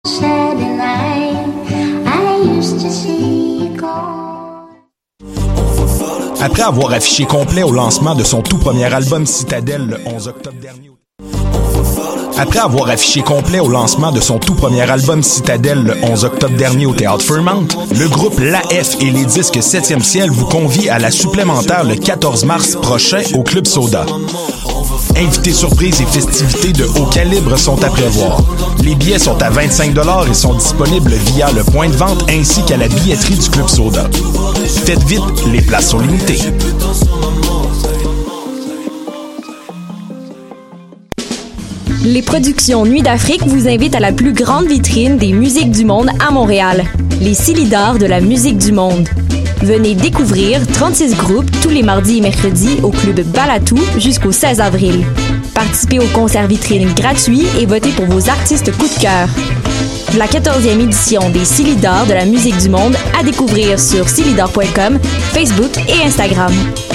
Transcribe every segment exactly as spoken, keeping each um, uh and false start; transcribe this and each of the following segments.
Après avoir affiché complet au lancement de son tout premier album Citadelle le onze octobre dernier. Après avoir affiché complet au lancement de son tout premier album Citadelle le onze octobre dernier au Théâtre Fairmount, le groupe L'A F et les disques septième ciel vous convient à la supplémentaire le quatorze mars prochain au Club Soda. Invités surprises et festivités de haut calibre sont à prévoir. Les billets sont à vingt-cinq dollars et sont disponibles via le point de vente ainsi qu'à la billetterie du Club Soda. Faites vite, les places sont limitées. Les productions Nuit d'Afrique vous invitent à la plus grande vitrine des musiques du monde à Montréal, les Silidars de la musique du monde. Venez découvrir trente-six groupes tous les mardis et mercredis au Club Balatou jusqu'au seize avril. Participez au concert vitrine gratuit et votez pour vos artistes coup de cœur. La quatorzième édition des Silidars de la musique du monde à découvrir sur silidar point com, Facebook et Instagram.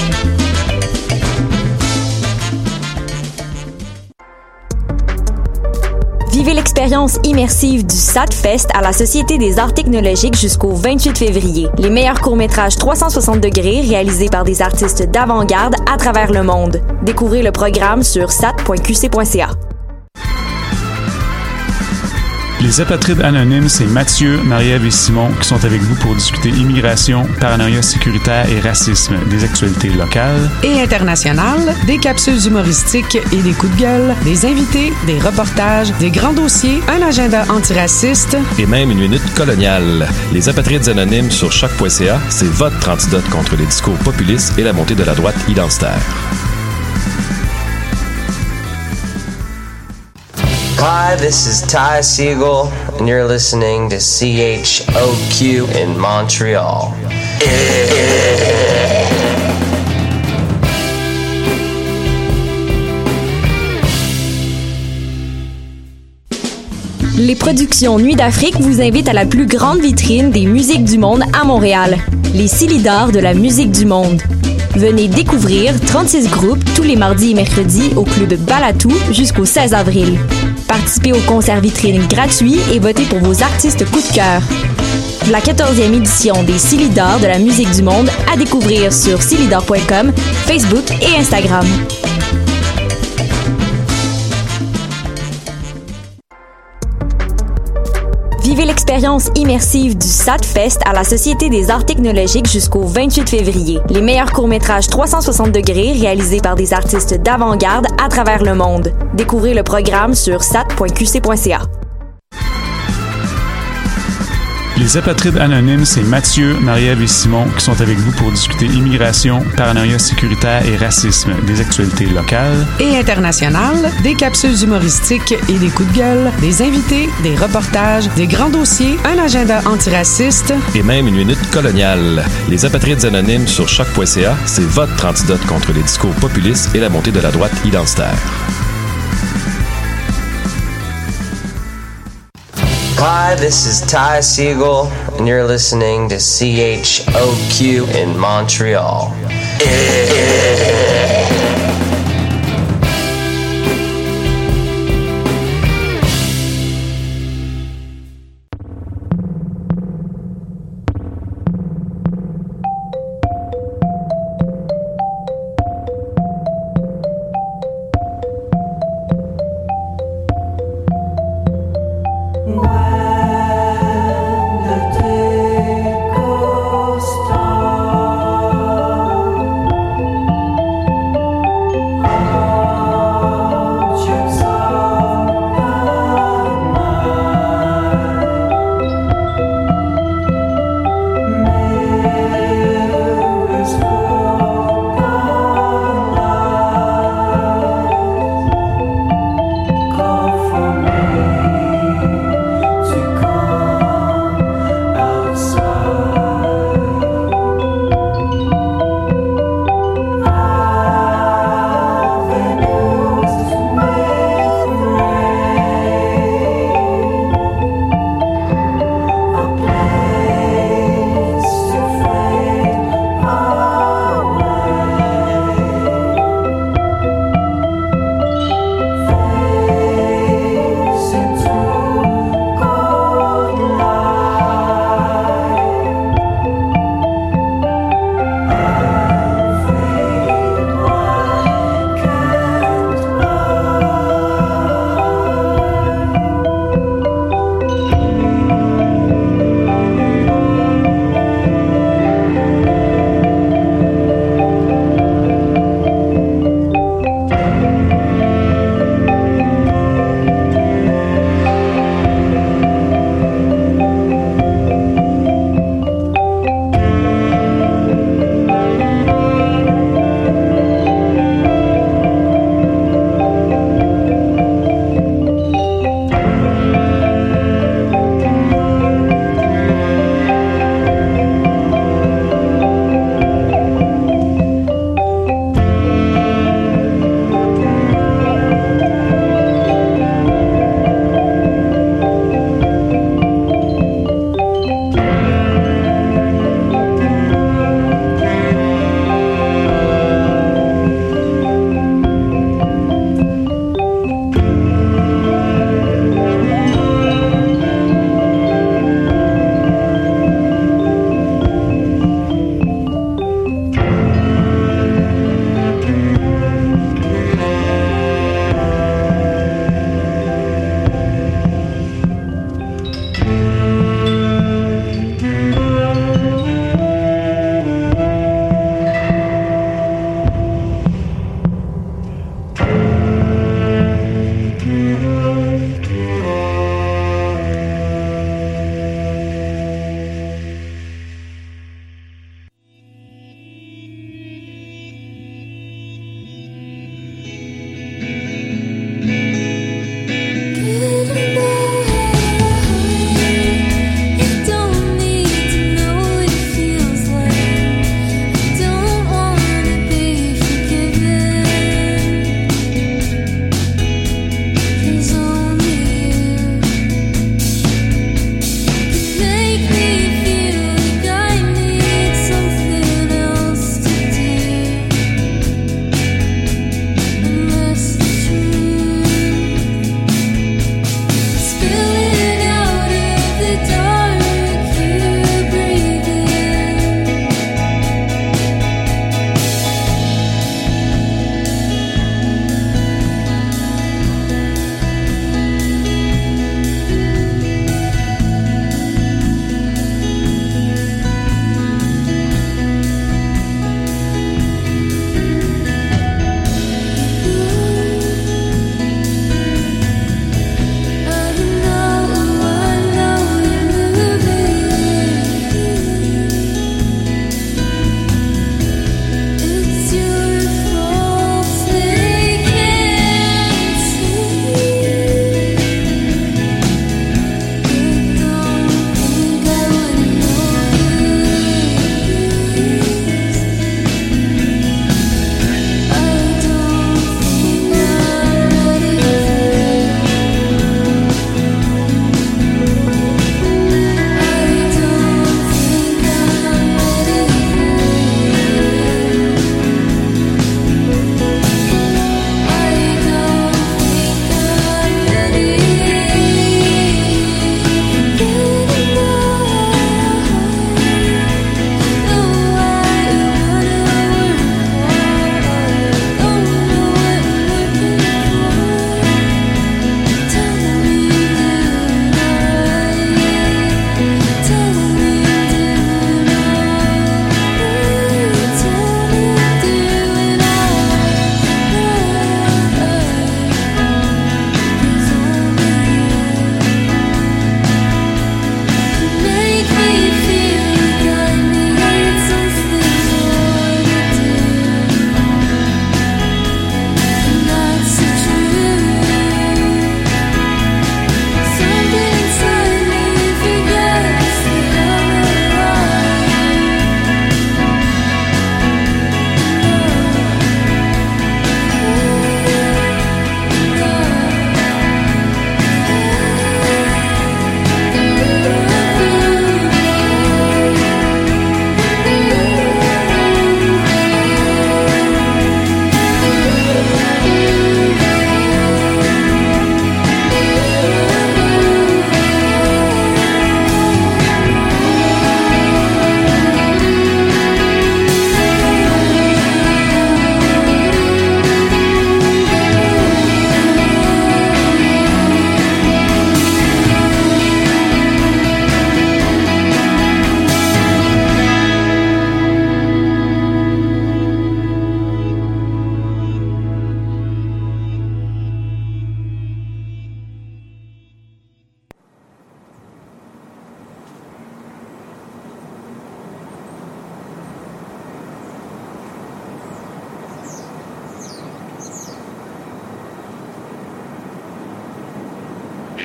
Vivez l'expérience immersive du S A T Fest à la Société des arts technologiques jusqu'au vingt-huit février. Les meilleurs courts-métrages trois cent soixante degrés réalisés par des artistes d'avant-garde à travers le monde. Découvrez le programme sur sat point q c point c a. Les apatrides anonymes, c'est Mathieu, Marie-Ève et Simon qui sont avec vous pour discuter immigration, paranoïa sécuritaire et racisme, des actualités locales et internationales, des capsules humoristiques et des coups de gueule, des invités, des reportages, des grands dossiers, un agenda antiraciste et même une minute coloniale. Les apatrides anonymes sur choc point c a, c'est votre antidote contre les discours populistes et la montée de la droite identitaire. Hi, this is Ty Siegel, and you're listening to C H O Q in Montreal. Les productions Nuit d'Afrique vous invitent à la plus grande vitrine des musiques du monde à Montréal, les Silidars de la musique du monde. Venez découvrir trente-six groupes tous les mardis et mercredis au Club Balatou jusqu'au seize avril. Participez au concert vitrine gratuit et votez pour vos artistes coup de cœur. La quatorzième édition des Silidars de la musique du monde à découvrir sur silidar point com, Facebook et Instagram. Vivez l'expérience immersive du S A T Fest à la Société des arts technologiques jusqu'au vingt-huit février. Les meilleurs courts-métrages trois cent soixante degrés réalisés par des artistes d'avant-garde à travers le monde. Découvrez le programme sur sat point q c point c a. Les apatrides anonymes, c'est Mathieu, Marie-Ève et Simon qui sont avec vous pour discuter immigration, paranoïa sécuritaire et racisme, des actualités locales et internationales, des capsules humoristiques et des coups de gueule, des invités, des reportages, des grands dossiers, un agenda antiraciste et même une minute coloniale. Les apatrides anonymes sur choc point c a, c'est votre antidote contre les discours populistes et la montée de la droite identitaire. Hi, this is Ty Siegel, and you're listening to C H O Q in Montreal.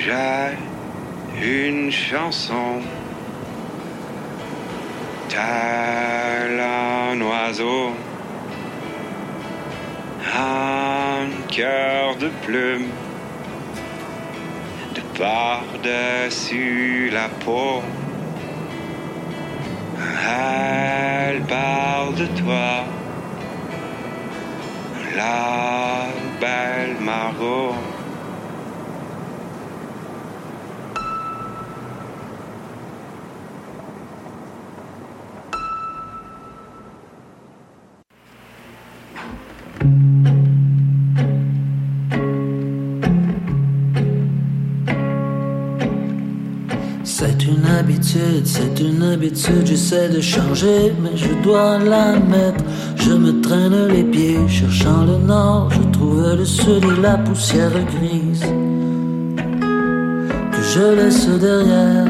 J'ai une chanson, tel un oiseau, un cœur de plume, de par-dessus la peau. Elle parle de toi, la belle Margot. C'est une habitude, c'est une habitude, j'essaie de changer, mais je dois l'admettre. Je me traîne les pieds, cherchant le nord, je trouve le sud et la poussière grise que je laisse derrière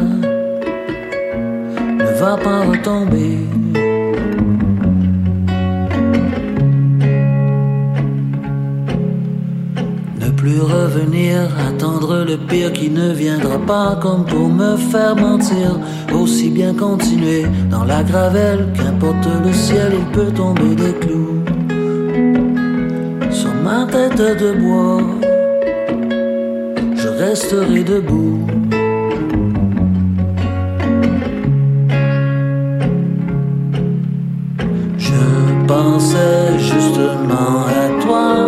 ne va pas retomber. Plus revenir, attendre le pire qui ne viendra pas comme pour me faire mentir. Aussi bien continuer dans la gravelle, qu'importe le ciel, il peut tomber des clous sur ma tête de bois. Je resterai debout. Je pensais justement à toi.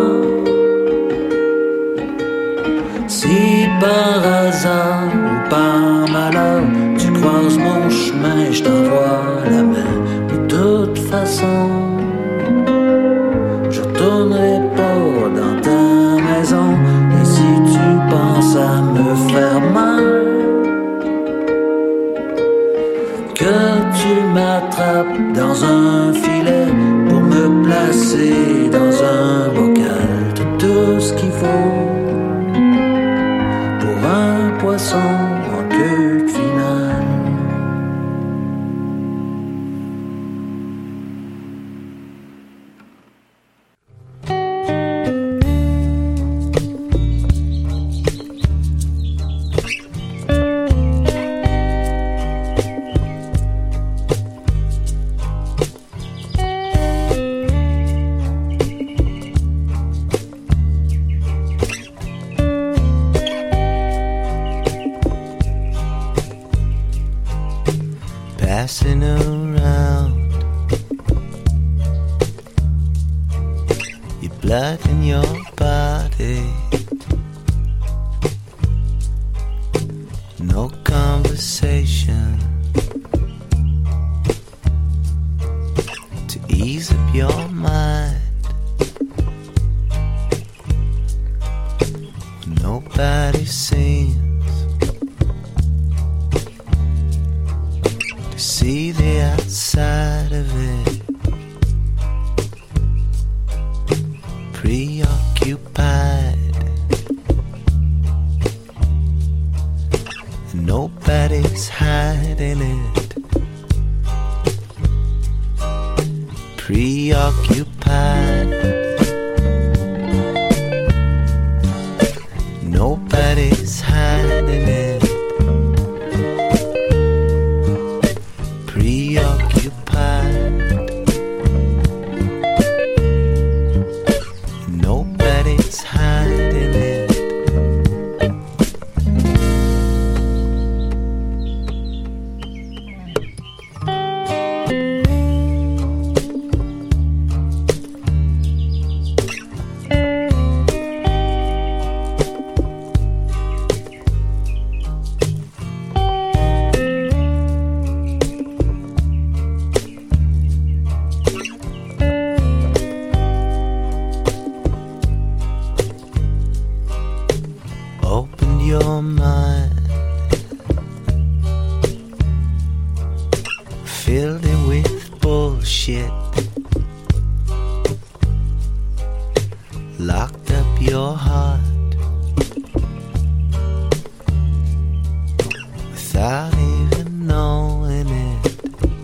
Si par hasard ou par malheur tu croises mon chemin, je t'envoie la main. De toute façon, je tournerai pas dans ta maison. Et si tu penses à me faire mal, que tu m'attrapes dans un filet pour me placer dans un bocal de tout ce qu'il faut. Un poisson en queue finale. Passing around your blood in your body, no conversation to ease up your mind. Nobody seems see the outside of it. Preoccupied, nobody's hiding it. Preoccupied, nobody's hiding it. Nobody's hiding it. Your mind, filled it with bullshit, locked up your heart without even knowing it.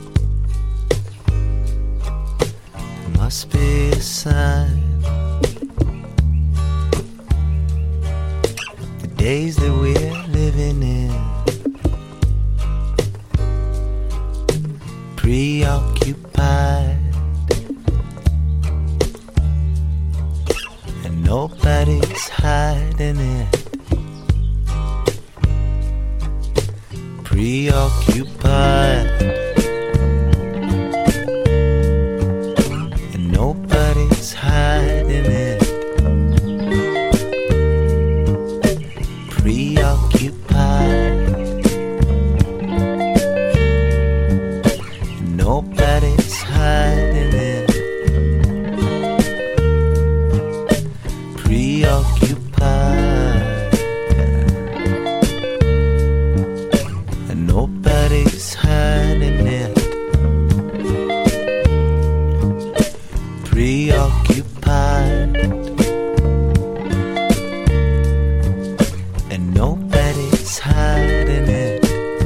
It must be a sign. Days that we're living hiding it, preoccupied, and nobody's hiding it, preoccupied, and nobody's hiding it, preoccupied, and nobody's hiding it, preoccupied, and nobody's hiding it.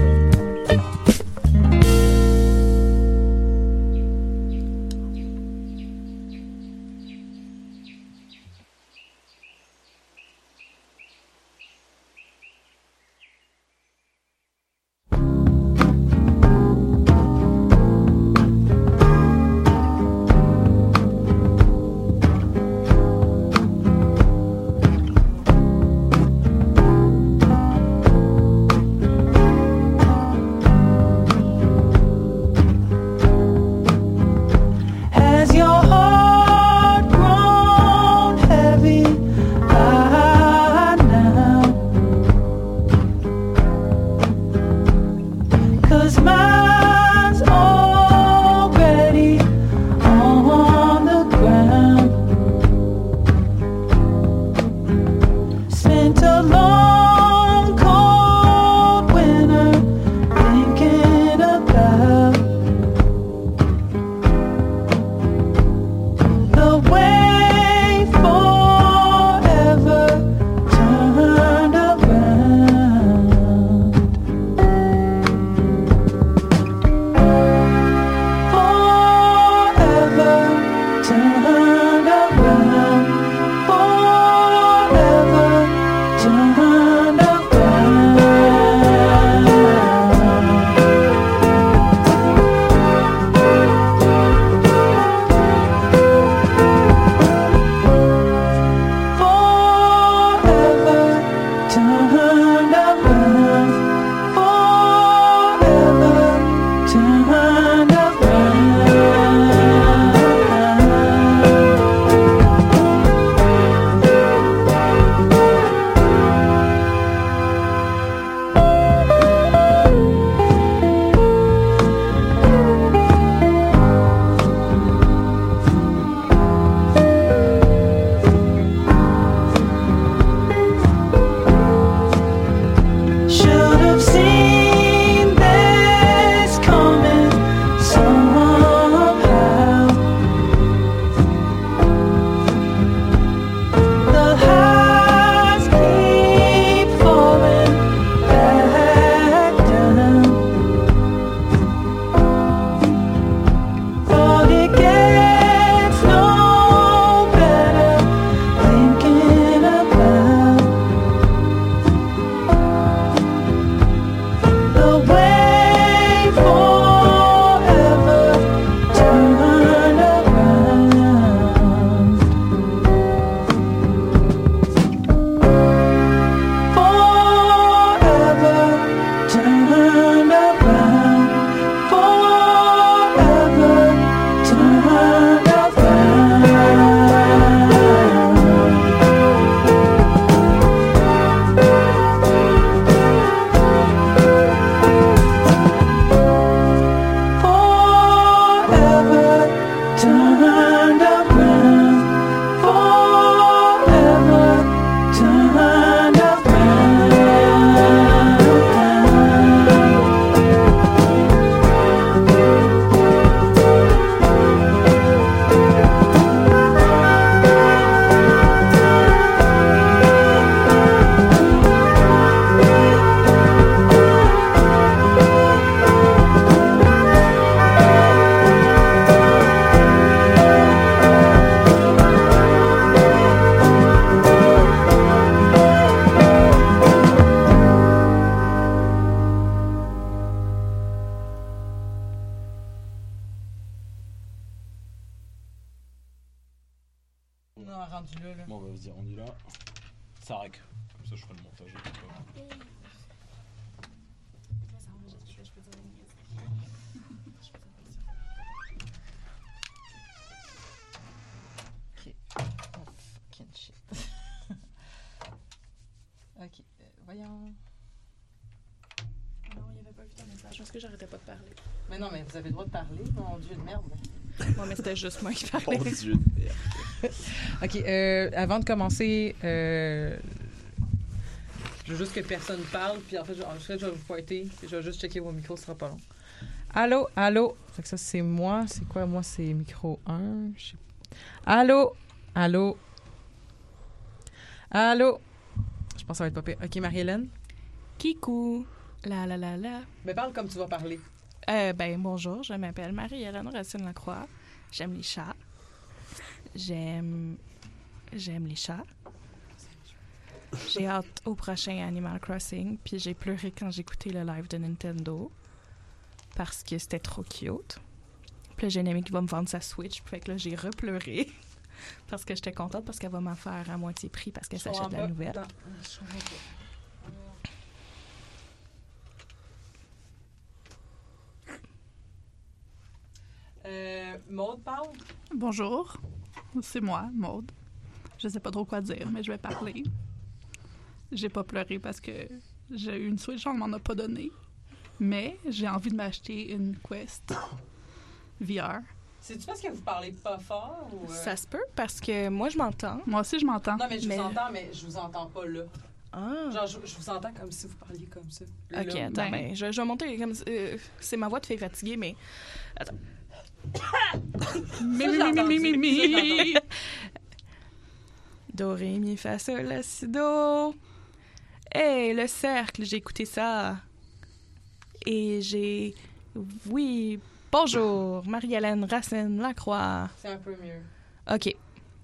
Has your heart grown heavy by now? 'Cause mine's already on the ground. Spent a long cold winter thinking about the way forever turned around. Forever turned around. Forever turned around. Forever turned around. Forever turned Should have seen this coming somehow. The highs keep falling back down. Thought it gets no better thinking about the way forever turned around. Forever turned around. Forever turned Forever turned around. Forever turned rendu là, là. Bon, on va dire, on est là. Ça règle. Comme ça, je ferai le montage. Ok, euh, voyons. Non, il avait pas vu ton message. Je pense que j'arrêtais pas de parler. Mais non, mais vous avez le droit de parler, mon Dieu de merde. Non, mais c'était juste moi qui parlais. Mon Dieu de merde. Ok, euh, avant de commencer, euh, je veux juste que personne parle, puis en fait, je, en fait, je vais vous pointer, puis je vais juste checker vos micros, ce sera pas long. Allô, allô. Fait que ça, c'est moi. C'est quoi, moi, c'est micro un. Je sais... Allô, allô. Allô. Je pense que ça va être pas pire. OK, Marie-Hélène? Kikou. La la la la. Mais parle comme tu vas parler. Euh, ben, bonjour, je m'appelle Marie-Hélène Racine-Lacroix. J'aime les chats. J'aime... J'aime les chats. J'ai hâte au prochain Animal Crossing, puis j'ai pleuré quand j'ai écouté le live de Nintendo parce que c'était trop cute. Puis là, j'ai une amie qui va me vendre sa Switch, fait que là, j'ai repleuré parce que j'étais contente parce qu'elle va m'en faire à moitié prix parce qu'elle s'achète la nouvelle. Dans... Euh, Maude parle? Bonjour, c'est moi, Maude. Je sais pas trop quoi dire, mais je vais parler. J'ai pas pleuré parce que j'ai eu une Switch, on m'en a pas donné. Mais j'ai envie de m'acheter une Quest V R. C'est-tu parce que vous parlez pas fort? Ou euh... Ça se peut, parce que moi, je m'entends. Moi aussi, je m'entends. Non, mais je mais... vous entends, mais je vous entends pas là. Ah. Genre, je, je vous entends comme si vous parliez comme ça. OK, là, attends, ben, ben je, je vais monter comme... Euh, c'est ma voix de fille fatiguée, mais... Attends. Mi, mi, mi, mi, mi, mi. Do, ré, mi, fa, sol, la, si, do. Hey, le cercle, j'ai écouté ça. Et j'ai... Oui, bonjour, Marie-Hélène Racine-Lacroix. C'est un peu mieux. OK.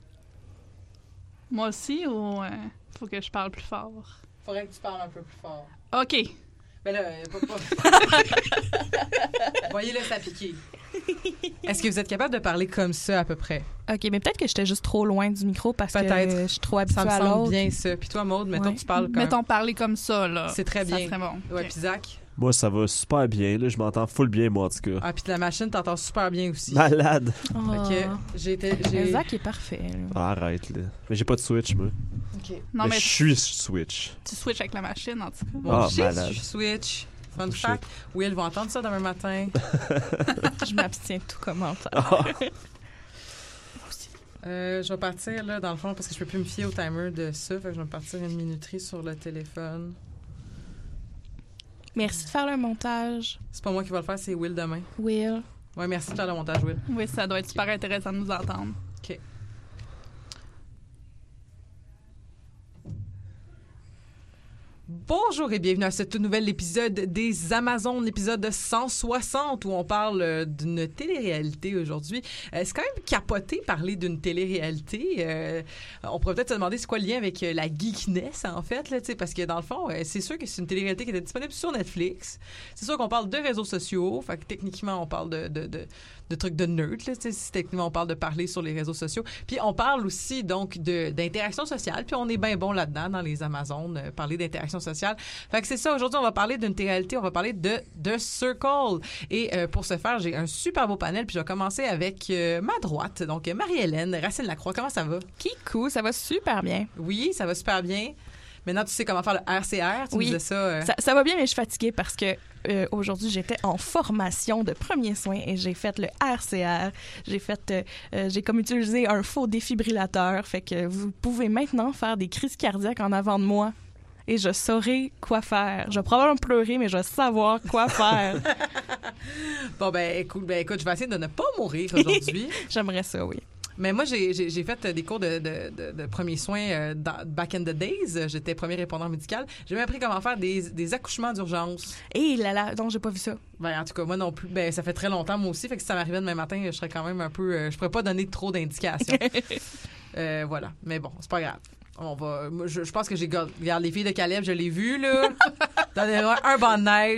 Moi aussi, ou... Euh, faut que je parle plus fort? Faudrait que tu parles un peu plus fort. OK. Ben là, pas... pas... Voyez-le s'appliquer. Est-ce que vous êtes capable de parler comme ça, à peu près? OK, mais peut-être que j'étais juste trop loin du micro parce peut-être. que je suis trop habituée à l'autre. Ça me semble bien, ça. Puis toi, Maude, mettons ouais. que tu parles comme... Mettons parler comme ça, là. C'est très bien. Ça serait bon. Ouais, okay. puis Zach? Moi, ça va super bien, là. Je m'entends full bien, moi, en tout cas. Ah, puis la machine t'entends super bien aussi. Malade! Oh. OK. J'ai été... J'ai... Zach est parfait, là. Ah, arrête, là. Mais j'ai pas de Switch, moi. OK. Non, mais, mais je suis Switch. Tu switches avec la machine, en tout cas. Moi, ah, je malade. je suis Switch. Fun Oh, fact. shit. Oui, elles vont entendre ça demain matin. Je m'abstiens de tout commentaire. Ah. Euh, je vais partir, là, dans le fond, parce que je peux plus me fier au timer de ça. Fait que je vais partir une minuterie sur le téléphone. Merci de faire le montage. C'est pas moi qui va le faire, c'est Will demain. Will. Ouais, merci de faire le montage, Will. Oui, ça doit être super intéressant de nous entendre. OK. Bonjour et bienvenue à ce tout nouvel épisode des Amazones, l'épisode cent soixante où on parle euh, d'une télé-réalité aujourd'hui. Euh, c'est quand même capoté parler d'une télé-réalité. Euh, on pourrait peut-être se demander c'est quoi le lien avec euh, la geekness en fait, là, parce que dans le fond, euh, c'est sûr que c'est une télé-réalité qui était disponible sur Netflix. C'est sûr qu'on parle de réseaux sociaux, fait que techniquement on parle de, de, de, de trucs de nerd, là, si techniquement on parle de parler sur les réseaux sociaux. Puis on parle aussi donc de, d'interaction sociale, puis on est bien bon là-dedans dans les Amazones, euh, parler d'interaction sociale. Fait que c'est ça, aujourd'hui on va parler d'une télé-réalité, on va parler de The Circle. Et euh, pour ce faire, j'ai un super beau panel, puis je vais commencer avec euh, ma droite, donc Marie-Hélène Racine-Lacroix. Comment ça va? Kikou, ça va super bien. Oui, ça va super bien. Maintenant, tu sais comment faire le R C R, tu oui. me disais ça, euh... ça. Ça va bien, mais je suis fatiguée parce que euh, aujourd'hui, j'étais en formation de premiers soins et j'ai fait le R C R. J'ai fait, euh, euh, j'ai comme utilisé un faux défibrillateur. Fait que vous pouvez maintenant faire des crises cardiaques en avant de moi. Et je saurai quoi faire. Je vais probablement pleurer, mais je vais savoir quoi faire. Bon, ben écoute, ben écoute, je vais essayer de ne pas mourir aujourd'hui. J'aimerais ça, oui. Mais moi, j'ai, j'ai, j'ai fait des cours de, de, de, de premiers soins euh, dans, back in the days. J'étais premier répondant médical. J'ai même appris comment faire des, des accouchements d'urgence. Et là là, donc j'ai pas vu ça. Ben, en tout cas, moi non plus. Ben, ça fait très longtemps, moi aussi. Fait que si ça m'arrivait demain matin, je serais quand même un peu... Euh, je pourrais pas donner trop d'indications. euh, voilà. Mais bon, c'est pas grave. On va... Moi, je, je pense que j'ai... Regarde, les filles de Caleb, je l'ai vues, là. Donnez-moi un banc de neige.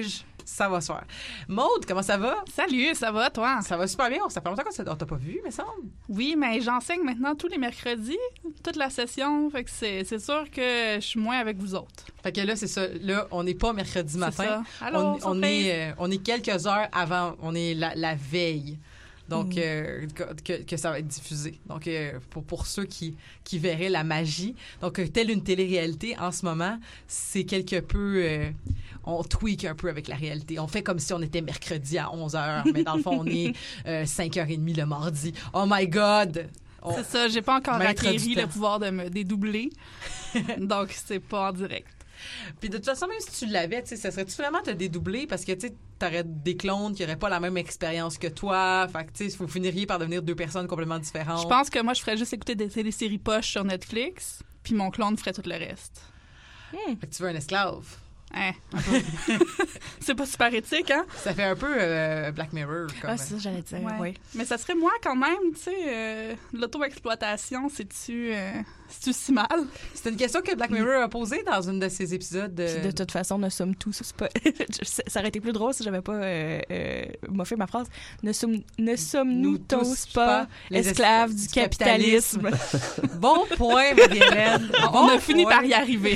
Ça va se faire. Maude, comment ça va? Salut, ça va, toi? Ça va super bien. Ça fait longtemps qu'on t'a pas vu, me semble. Oui, mais j'enseigne maintenant tous les mercredis, toute la session. Fait que c'est, c'est sûr que je suis moins avec vous autres. Fait que là, c'est ça. Là, on n'est pas mercredi matin. Ça. Allô, on, on, surprise. est, euh, on est quelques heures avant. On est la, la veille. Donc, Mm. euh, que, que ça va être diffusé. Donc, euh, pour, pour ceux qui, qui verraient la magie. Donc, euh, telle une télé-réalité, en ce moment, c'est quelque peu... Euh, on tweak un peu avec la réalité. On fait comme si on était mercredi à onze heures, mais dans le fond, on est euh, cinq heures trente le mardi. Oh my God! On... C'est ça, j'ai pas encore Maître acquéri du le temps. pouvoir de me dédoubler. Donc, c'est pas en direct. Puis de toute façon, même si tu l'avais, tu sais, ça serait-tu vraiment te dédoubler? Parce que, tu sais, t'aurais des clones qui n'auraient pas la même expérience que toi. Fait que, tu sais, vous finiriez par devenir deux personnes complètement différentes. Je pense que moi, je ferais juste écouter des téléséries poches sur Netflix, puis mon clone ferait tout le reste. Fait que tu veux un esclave. Hein, un peu. C'est pas super éthique, hein? Ça fait un peu euh, Black Mirror. Comme... Ah, c'est ça, j'allais dire, Ouais. oui. Mais ça serait moi quand même, tu sais, euh, l'auto-exploitation, c'est-tu, euh, c'est-tu si mal? C'est une question que Black Mirror a posée dans une de ses épisodes. De... Puis de toute façon, ne sommes tous... c'est pas- ça aurait été plus drôle si j'avais pas euh, euh, moffé ma phrase. Ne, sommes, ne sommes-nous tous pas les esclaves es- du du capitalisme? Bon point, Marie-Hélène. On Bon a fini point. par y arriver.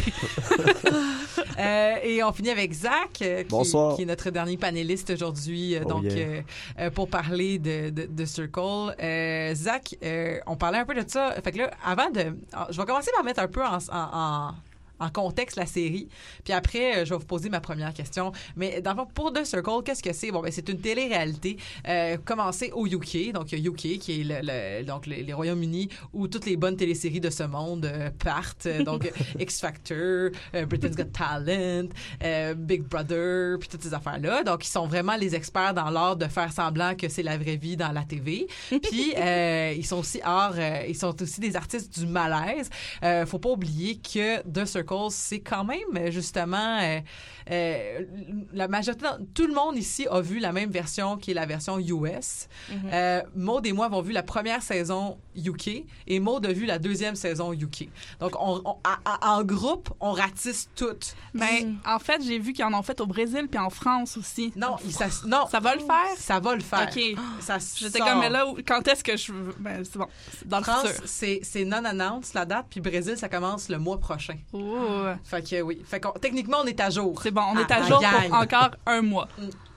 Euh, et on finit avec Zach, euh, qui, Bonsoir. qui est notre dernier panéliste aujourd'hui, euh, Oh donc yeah. euh, euh, pour parler de, de, de Circle. Euh, Zach, euh, on parlait un peu de ça. Fait que là, avant de... Je vais commencer par mettre un peu en... en, en en contexte la série. Puis après, euh, je vais vous poser ma première question. Mais dans le fond, pour The Circle, qu'est-ce que c'est? Bon, ben c'est une télé-réalité euh, commencée au U K. Donc, U K, qui est le, le- donc les, les Royaumes-Unis, où toutes les bonnes téléséries de ce monde euh, partent. Euh, donc, X Factor, euh, Britain's Got Talent, euh, Big Brother, puis toutes ces affaires-là. Donc, ils sont vraiment les experts dans l'art de faire semblant que c'est la vraie vie dans la T V. Puis, euh, ils sont aussi art, euh, ils sont aussi des artistes du malaise. Euh, faut pas oublier que The Circle, c'est quand même justement euh, euh, la majorité, tout le monde ici a vu la même version qui est la version U S. Mm-hmm. Euh, Maud et moi avons vu la première saison U K et Maud a vu la deuxième saison U K. Donc on, on- à- à- en groupe, on ratisse toutes. Ben, en fait, j'ai vu qu'ils en ont fait au Brésil puis en France aussi. Non, il- ça, non, Ça va le faire? ça va le faire. OK. Ça J'étais sort. comme, mais là, où- quand est-ce que je... Ben, c'est bon, c'est dans le France, futur. c'est c'est non-announce la date, puis Brésil, ça commence le mois prochain. Oh. Fait que oui. Fait qu'on- techniquement, on est à jour. C'est bon, on est Ah, à en jour gang. pour encore un mois.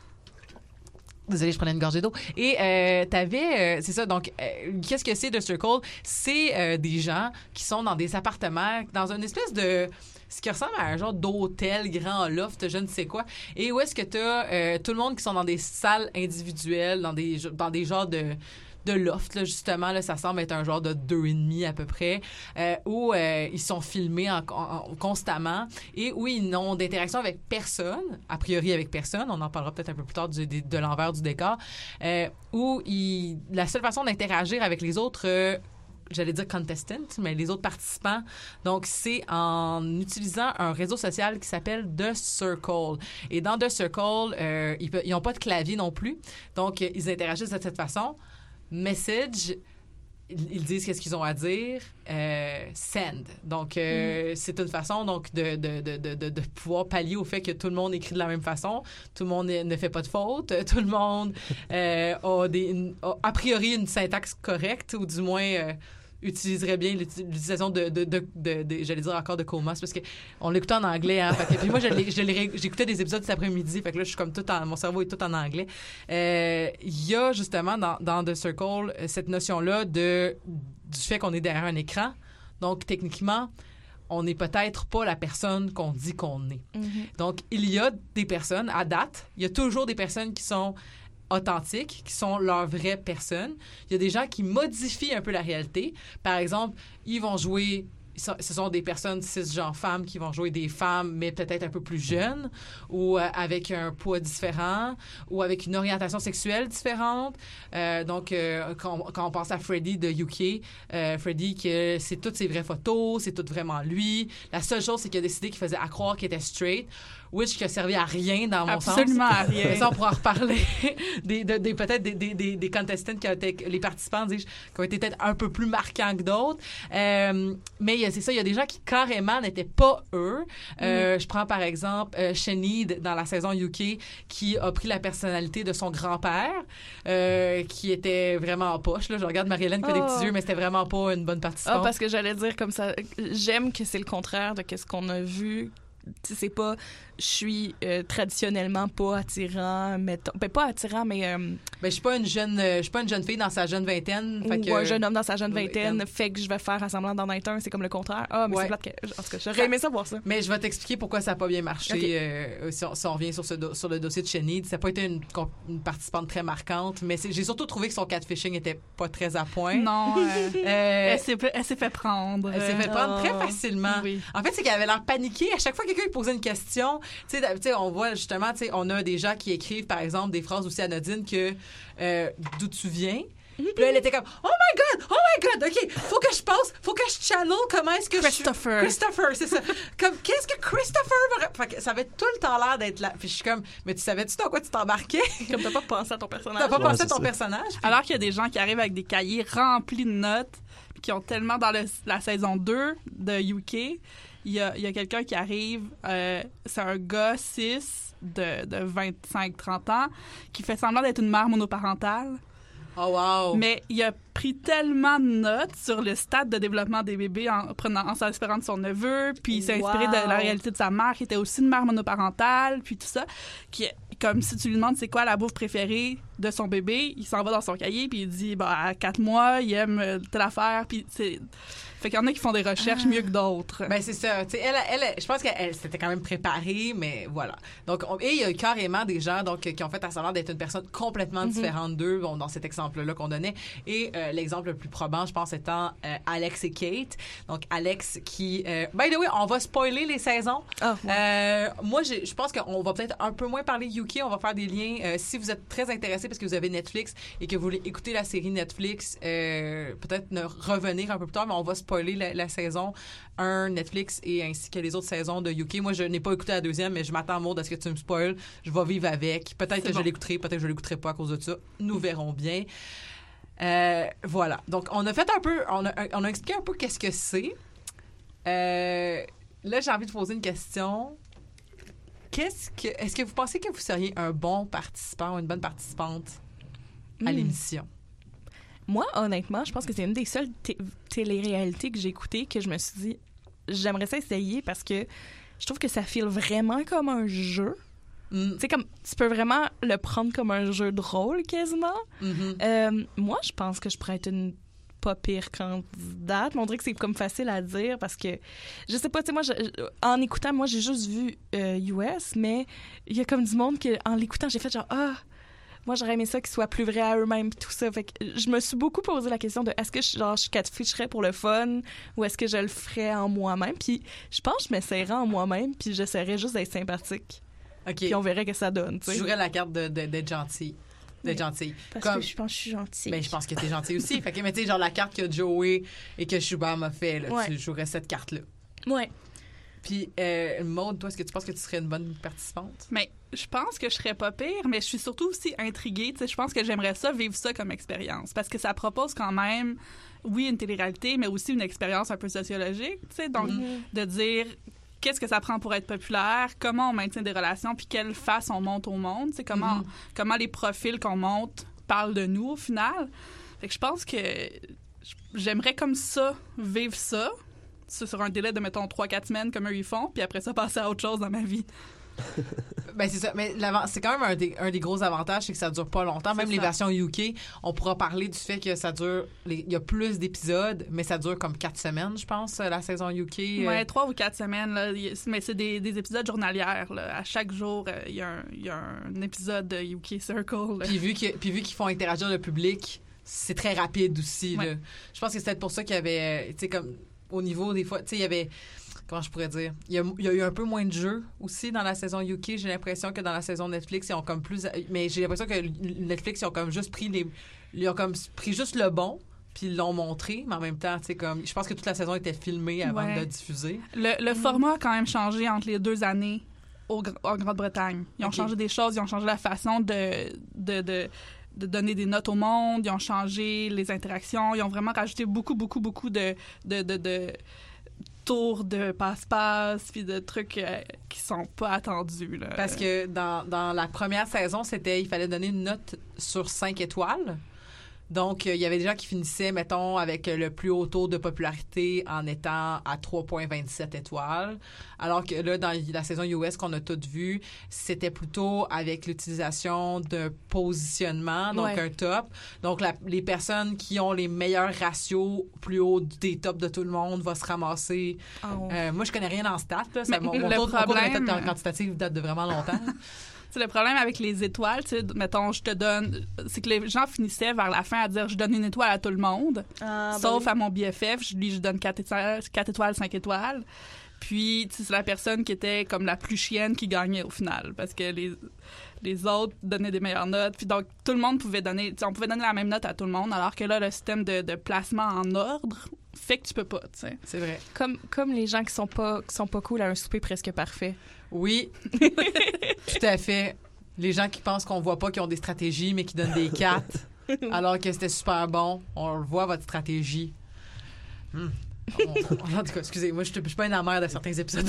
Désolée, je prenais une gorgée d'eau. Et euh, t'avais, euh, c'est ça, donc, euh, qu'est-ce que c'est The Circle? C'est euh, des gens qui sont dans des appartements, dans une espèce de... ce qui ressemble à un genre d'hôtel, grand loft, je ne sais quoi. Et où est-ce que t'as euh, tout le monde qui sont dans des salles individuelles, dans des, dans des genres de... de loft, là, justement, là, ça semble être un genre de deux et demi à peu près, euh, où euh, ils sont filmés en, en- constamment et où ils n'ont d'interaction avec personne, a priori avec personne, on en parlera peut-être un peu plus tard du- de, de l'envers du décor, euh, où ils, la seule façon d'interagir avec les autres... euh, j'allais dire contestants, mais les autres participants. Donc, c'est en utilisant un réseau social qui s'appelle The Circle. Et dans The Circle, euh, ils pe- ils n'ont pas de clavier non plus. Donc, euh, ils interagissent de cette façon. Message, ils, ils disent qu'est-ce qu'ils ont à dire. Euh, send. Donc, euh, c'est une façon donc de, de, de, de, de- de pouvoir pallier au fait que tout le monde écrit de la même façon. Tout le monde ne ne fait pas de faute. Tout le monde euh, a, des, une- a a priori une syntaxe correcte, ou du moins... euh, utiliserait bien l'uti- l'utilisation de, de, de, de, de- j'allais dire encore de Comas, parce que on l'écoutait en anglais, hein, fait que- puis moi je l'ai- je l'ai ré- j'écoutais des épisodes cet après-midi, fait que là je suis comme tout en, mon cerveau est tout en anglais. Euh, il y a justement dans, dans The Circle euh, cette notion-là de du fait qu'on est derrière un écran, donc techniquement on n'est peut-être pas la personne qu'on dit qu'on est. Mm-hmm. Donc il y a des personnes à date, il y a toujours des personnes qui sont authentiques, qui sont leurs vraies personnes. Il y a des gens qui modifient un peu la réalité. Par exemple, ils vont jouer... Ce sont des personnes cisgenres femmes qui vont jouer des femmes, mais peut-être un peu plus jeunes, ou euh, avec un poids différent, ou avec une orientation sexuelle différente. Euh, donc, euh, quand, on, quand on pense à Freddy de U K, euh, Freddy, que c'est toutes ses vraies photos, c'est tout vraiment lui. La seule chose, c'est qu'il a décidé qu'il faisait à croire qu'il était straight. Witch qui a servi à rien dans mon sens. Absolument à rien. Mais ça, on pourra en reparler. des, de, des, peut-être des, des, des, des contestants qui ont été, les participants, dis-je, qui ont été peut-être un peu plus marquants que d'autres. Euh, mais il y a- c'est ça, il y a des gens qui carrément n'étaient pas eux. Euh, Mm. Je prends par exemple euh, Sinead dans la saison U K qui a pris la personnalité de son grand-père, euh, qui était vraiment en poche. Là. Je regarde Marie-Hélène qui fait des Oh. petits yeux, mais c'était vraiment pas une bonne Ah, participante. parce que j'allais dire comme ça, j'aime que c'est le contraire de ce qu'on a vu. Tu sais, c'est pas, je suis euh, traditionnellement pas attirant, mettons, ben pas attirant, mais euh, Ben, je suis pas une jeune, euh, je suis pas une jeune fille dans sa jeune vingtaine. Fait ou que, un jeune homme dans sa jeune vingtaine, vingtaine. fait que je vais faire à semblant d'en être un, c'est comme le contraire. Ah, mais Ouais. c'est plate que, en tout cas, j'aurais aimé ça voir ça. Mais je vais t'expliquer pourquoi ça n'a pas bien marché. Ok. euh, si, on, si on revient sur, ce do- sur le dossier de Sinead, ça n'a pas été une, com- une participante très marquante, mais c'est- j'ai surtout trouvé que son catfishing était pas très à point. Non, euh, Euh, elle s'est fait- elle s'est fait prendre. Elle s'est fait prendre Oh. très facilement. Oui. En fait, c'est qu'elle avait l'air paniquée. À chaque fois que quelqu'un lui posait une question, tu sais, d'hab- tu sais, on voit justement, tu sais, on a des gens qui écrivent, par exemple, des phrases aussi anodines que euh, d'où tu viens. Puis là, elle était comme « Oh my God! Oh my God! OK, faut que je pense, faut que je channel comment est-ce que Christopher. je... Christopher, c'est ça. Comme, qu'est-ce que Christopher va... Fait que ça avait tout le temps l'air d'être là. Puis je suis comme « Mais tu savais-tu dans quoi tu t'embarquais? Comme t'as pas pensé à ton personnage. T'as pas Ouais, pensé à c'est ton ça. personnage? » Alors qu'il y a des gens qui arrivent avec des cahiers remplis de notes, puis qui ont tellement dans le- la saison deux de U K, il y a, il y a quelqu'un qui arrive, euh, c'est un gars cis de, de vingt-cinq trente ans, qui fait semblant d'être une mère monoparentale. Oh wow! Mais il a pris tellement de notes sur le stade de développement des bébés en prenant, en s'inspirant de son neveu, puis il s'est inspiré Wow. de la réalité de sa mère, qui était aussi une mère monoparentale, puis tout ça. Qui, comme si tu lui demandes c'est quoi la bouffe préférée de son bébé, il s'en va dans son cahier, puis il dit bah, à quatre mois, il aime euh, telle affaire, puis c'est. Fait qu'il y en a qui font des recherches mieux que d'autres. Ben c'est ça. Tu sais, elle, elle, je pense qu'elle s'était quand même préparée, mais voilà. Donc, on- et il y a eu carrément des gens donc qui ont fait à semblant d'être une personne complètement Mhm. différente d'eux, bon, dans cet exemple-là qu'on donnait. Et euh, l'exemple le plus probant, je pense, étant euh, Alex et Kate. Donc Alex qui, euh, by the way, on va spoiler les saisons. Ah, ouais. Euh, moi, j'ai- je pense qu'on va peut-être un peu moins parler U K. On va faire des liens. Euh, si vous êtes très intéressé parce que vous avez Netflix et que vous voulez écouter la série Netflix, euh, peut-être ne revenir un peu plus tard, mais on va spoiler la, la saison un Netflix et ainsi que les autres saisons de U K. Moi, je n'ai pas écouté la deuxième, mais je m'attends, Maud, à ce que tu me spoiles. Je vais vivre avec. Peut-être C'est que bon. je l'écouterai, peut-être que je l'écouterai pas à cause de ça. Nous verrons bien. Euh, voilà. Donc, on a fait un peu, on a, on a expliqué un peu qu'est-ce que c'est. Euh, là, j'ai envie de poser une question. Qu'est-ce que, est-ce que vous pensez que vous seriez un bon participant ou une bonne participante à Hmm. l'émission? Moi, honnêtement, je pense que c'est une des seules té- téléréalités que j'ai écoutées que je me suis dit, j'aimerais ça essayer parce que je trouve que ça file vraiment comme un jeu. Mm. Tu sais, comme, tu peux vraiment le prendre comme un jeu de rôle quasiment. Mhm. Euh, moi, je pense que je pourrais être une pas pire candidate, mais on dirait que c'est comme facile à dire parce que, je sais pas, tu sais, moi, je- je- en écoutant, moi, j'ai juste vu euh, U S, mais il y a comme du monde que, en l'écoutant, j'ai fait genre, ah, moi, j'aurais aimé ça qu'ils soient plus vrais à eux-mêmes pis tout ça. Fait que je me suis beaucoup posé la question de est-ce que je, genre, je catfisherais pour le fun ou est-ce que je le ferais en moi-même? Puis je pense que je m'essayerais en moi-même puis j'essaierais juste d'être sympathique. OK. Puis on verrait que ça donne, tu Tu sais. jouerais la carte de- de- d'être gentil. D'être Oui. gentil. Parce Comme- que je pense que je suis gentille. Ben, je pense que t'es gentil aussi. Fait que, mais tu sais, genre la carte que Joey et que Shuba m'a fait, là, Ouais. tu jouerais cette carte-là. Ouais. Puis, euh, Maude, toi, est-ce que tu penses que tu serais une bonne participante? Mais je pense que je serais pas pire, mais je suis surtout aussi intriguée. Tu sais, je pense que j'aimerais ça, vivre ça comme expérience. Parce que ça propose quand même, oui, une télé-réalité, mais aussi une expérience un peu sociologique. Tu sais, donc, Mhm. de dire qu'est-ce que ça prend pour être populaire, comment on maintient des relations, puis quelle face on monte au monde. Tu sais, comment, Mhm. comment les profils qu'on monte parlent de nous, au final. Fait que je pense que j'aimerais comme ça, vivre ça. Ça, sur un délai de, mettons, trois quatre semaines, comme eux, ils font, puis après ça, passer à autre chose dans ma vie. Ben, c'est ça. Mais l'avant- c'est quand même un des, un des gros avantages, c'est que ça dure pas longtemps. Même C'est les ça. versions U K, on pourra parler du fait que ça dure. les- Il y a plus d'épisodes, mais ça dure comme quatre semaines, je pense, la saison U K. euh. Ouais, trois ou quatre semaines, là. Y- Mais c'est des, des épisodes journalières, là. À chaque jour, euh, il y, a un- il y a un épisode de U K Circle. là. Puis vu que- puis vu qu'ils font interagir le public, c'est très rapide aussi. Ouais. Là. Je pense que c'est peut-être pour ça qu'il y avait, euh, tu sais, comme au niveau des fois, tu sais, il y avait, comment je pourrais dire, il y, a, il y a eu un peu moins de jeux aussi dans la saison U K. J'ai l'impression que dans la saison Netflix, ils ont comme plus, mais j'ai l'impression que Netflix, ils ont comme juste pris les, ils ont comme pris juste le bon. Puis ils l'ont montré, mais en même temps, tu sais, comme, je pense que toute la saison était filmée avant Ouais. de la diffuser. Le, le format a quand même changé entre les deux années au, en Grande-Bretagne. Ils ont Okay. changé des choses, ils ont changé la façon de, de, de, de donner des notes au monde, ils ont changé les interactions, ils ont vraiment rajouté beaucoup, beaucoup, beaucoup de, de, de, de tours de passe-passe puis de trucs euh, qui sont pas attendus. Là. Parce que dans, dans la première saison, c'était il fallait donner une note sur cinq étoiles. Donc, il euh, y avait des gens qui finissaient, mettons, avec le plus haut taux de popularité en étant à trois virgule vingt-sept étoiles. Alors que là, dans la saison U S qu'on a toutes vues, c'était plutôt avec l'utilisation d'un positionnement, donc Ouais. un top. Donc, la, les personnes qui ont les meilleurs ratios plus hauts des tops de tout le monde vont se ramasser. Oh. Euh, moi, je connais rien en stats. Là. Ça, Mais mon, mon le taux de- mon cours de problème- méthode quantitative date de vraiment longtemps. C'est le problème avec les étoiles, tu sais, mettons, je te donne... C'est que les gens finissaient vers la fin à dire « je donne une étoile à tout le monde Ah, ben sauf oui. à mon B F F, je- lui, je donne quatre étoiles, quatre étoiles, cinq étoiles. » Puis, tu sais, c'est la personne qui était comme la plus chienne qui gagnait au final, parce que les, les autres donnaient des meilleures notes. Puis donc, tout le monde pouvait donner... tu sais, on pouvait donner la même note à tout le monde, alors que là, le système de, de placement en ordre fait que tu peux pas, tu sais. C'est vrai. Comme, comme les gens qui sont pas qui sont pas cool à un souper presque parfait. Oui, tout à fait. Les gens qui pensent qu'on voit pas, qui ont des stratégies, mais qui donnent des quatre, alors que c'était super bon. On le voit, votre stratégie. Hmm. On- on- en tout cas, excusez, moi, je ne suis pas une amère de certains épisodes.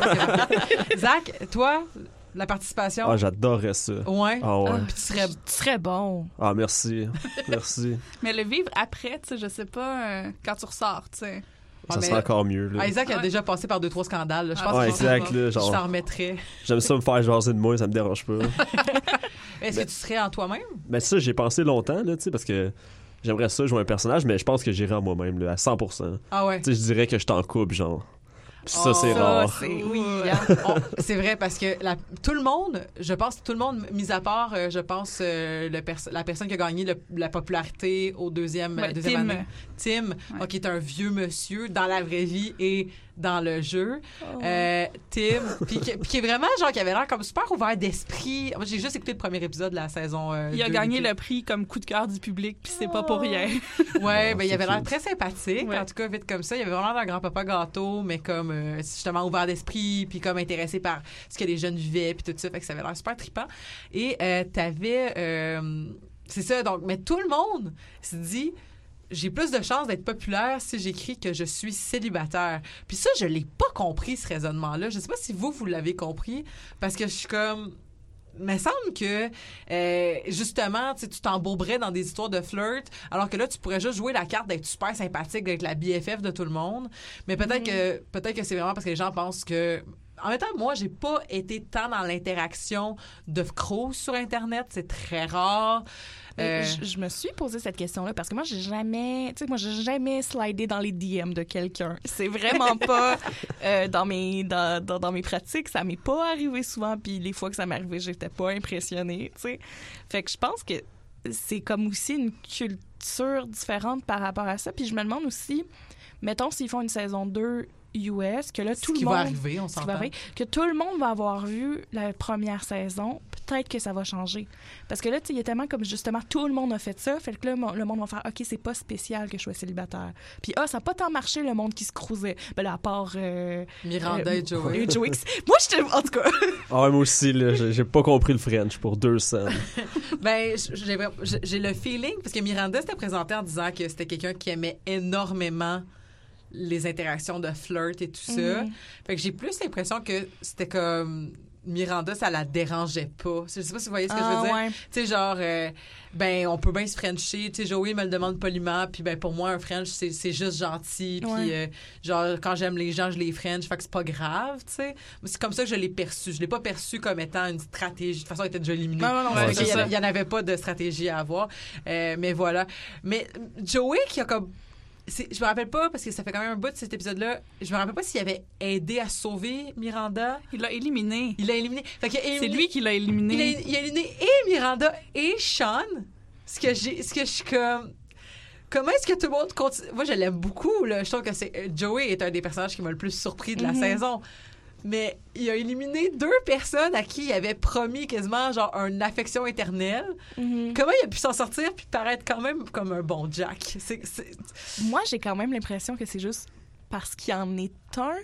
Zach, toi, la participation? Ah, j'adorais ça. Ouais. Ah ouais. Ah, Puis tu serais... tu serais bon. Ah, merci. Merci. Mais le vivre après, tu sais, je sais pas, euh, quand tu ressors, tu sais. Ah, Ça mais- serait encore mieux. Là. Ah, Isaac a Ouais. déjà passé par deux, trois scandales. là. Je pense Ouais, que exact, là, je genre- t'en remettrais. J'aime ça me faire jaser de moi, ça me dérange pas. Est-ce que tu serais en toi-même? Mais ça, j'ai pensé longtemps, là, tu sais, parce que j'aimerais ça jouer un personnage, mais je pense que j'irais en moi-même, là, à cent pour cent. Ah ouais. Tu sais, je dirais que je t'en coupe, genre. Puis ça, Oh, c'est ça, rare. c'est- Oui, hein. On- c'est vrai parce que la- tout le monde, je pense, tout le monde, mis à part, euh, je pense, euh, le pers- la personne qui a gagné le- la popularité au deuxième, Ouais, la deuxième Tim. année, Tim, Ouais. oh, qui est un vieux monsieur dans la vraie vie et dans le jeu. Oh. Euh, Tim, puis qui, puis qui est vraiment genre qui avait l'air comme super ouvert d'esprit. Moi, j'ai juste écouté le premier épisode de la saison. euh, Il a deux, gagné puis- le prix comme coup de cœur du public, puis c'est pas pour rien. Ouais, Oh, ben il c'est avait l'air cute. très sympathique, Ouais. en tout cas vite comme ça. Il avait vraiment l'air d'un grand-papa gâteau, mais comme euh, justement ouvert d'esprit, puis comme intéressé par ce que les jeunes vivaient, puis tout ça, fait que ça avait l'air super trippant. Et euh, t'avais, euh, c'est ça, donc, mais tout le monde se dit, j'ai plus de chances d'être populaire si j'écris que je suis célibataire. Puis ça, je l'ai pas compris, ce raisonnement-là. Je sais pas si vous, vous l'avez compris, parce que je suis comme... Il me semble que, euh, justement, tu sais, tu t'embourberais dans des histoires de flirt, alors que là, tu pourrais juste jouer la carte d'être super sympathique, d'être la B F F de tout le monde. Mais peut-être que peut-être que c'est vraiment parce que les gens pensent que... En même temps, moi, j'ai pas été tant dans l'interaction de crocs sur Internet. C'est très rare. Mais Euh, Je, je me suis posé cette question-là parce que moi, j'ai jamais, tu sais, moi, j'ai jamais slidé dans les D M de quelqu'un. C'est vraiment pas euh, dans mes dans, dans, dans mes pratiques. Ça m'est pas arrivé souvent. Puis les fois que ça m'est arrivé, j'étais pas impressionnée. Tu sais, fait que je pense que c'est comme aussi une culture différente par rapport à ça. Puis je me demande aussi, mettons s'ils font une saison deux U S, que là, Ce tout le qui monde... va arriver, on ce qui va s'entend. arriver, que tout le monde va avoir vu la première saison, peut-être que ça va changer. Parce que là, tu sais, il y a tellement comme, justement, tout le monde a fait ça, fait que là, mon- le monde va faire « OK, c'est pas spécial que je sois célibataire. » Puis « Ah, ça n'a pas tant marché, le monde qui se cruisait. » Ben là, à part... euh, Miranda et Joey. et Joey. Moi, j'étais... En tout cas... Ah ouais, moi aussi, là, j'ai j'ai pas compris le French pour deux cents. Ben, j'ai vra- j'ai j'ai le feeling, parce que Miranda s'était présentée en disant que c'était quelqu'un qui aimait énormément les interactions de flirt et tout ça. Mhm. Fait que j'ai plus l'impression que c'était comme Miranda, ça la dérangeait pas. Je sais pas si vous voyez ce que Ah, je veux dire. ouais. Tu sais, genre, euh, ben, on peut bien se frencher. Tu sais, Joey me le demande poliment, puis ben, pour moi, un French, c'est c'est juste gentil. Puis, Ouais. euh, genre, quand j'aime les gens, je les French. Fait que c'est pas grave, tu sais. C'est comme ça que je l'ai perçu. Je l'ai pas perçu comme étant une stratégie. De toute façon, elle était déjà éliminée. Non, non, non, Fait ouais, qu'il c'est y en a- ça. il y en avait pas de stratégie à avoir. Euh, mais voilà. Mais Joey, qui a comme. c'est- Je me rappelle pas, parce que ça fait quand même un bout de cet épisode-là, je me rappelle pas s'il avait aidé à sauver Miranda. Il l'a éliminé. Il l'a éliminé. Fait qu'il a C'est éliminé- lui qui l'a Il a, éliminé. il a éliminé et Miranda et Sean. Ce que j'ai, ce que je suis comme. Comment est-ce que tout le monde continue? Moi, je l'aime beaucoup, là. Je trouve que c'est. euh, Joey est un des personnages qui m'a le plus surpris de la Mhm. saison. Mais il a éliminé deux personnes à qui il avait promis quasiment genre une affection éternelle. Mhm. Comment il a pu s'en sortir puis paraître quand même comme un bon Jack? C'est, c'est- Moi, j'ai quand même l'impression que c'est juste parce qu'il y en est un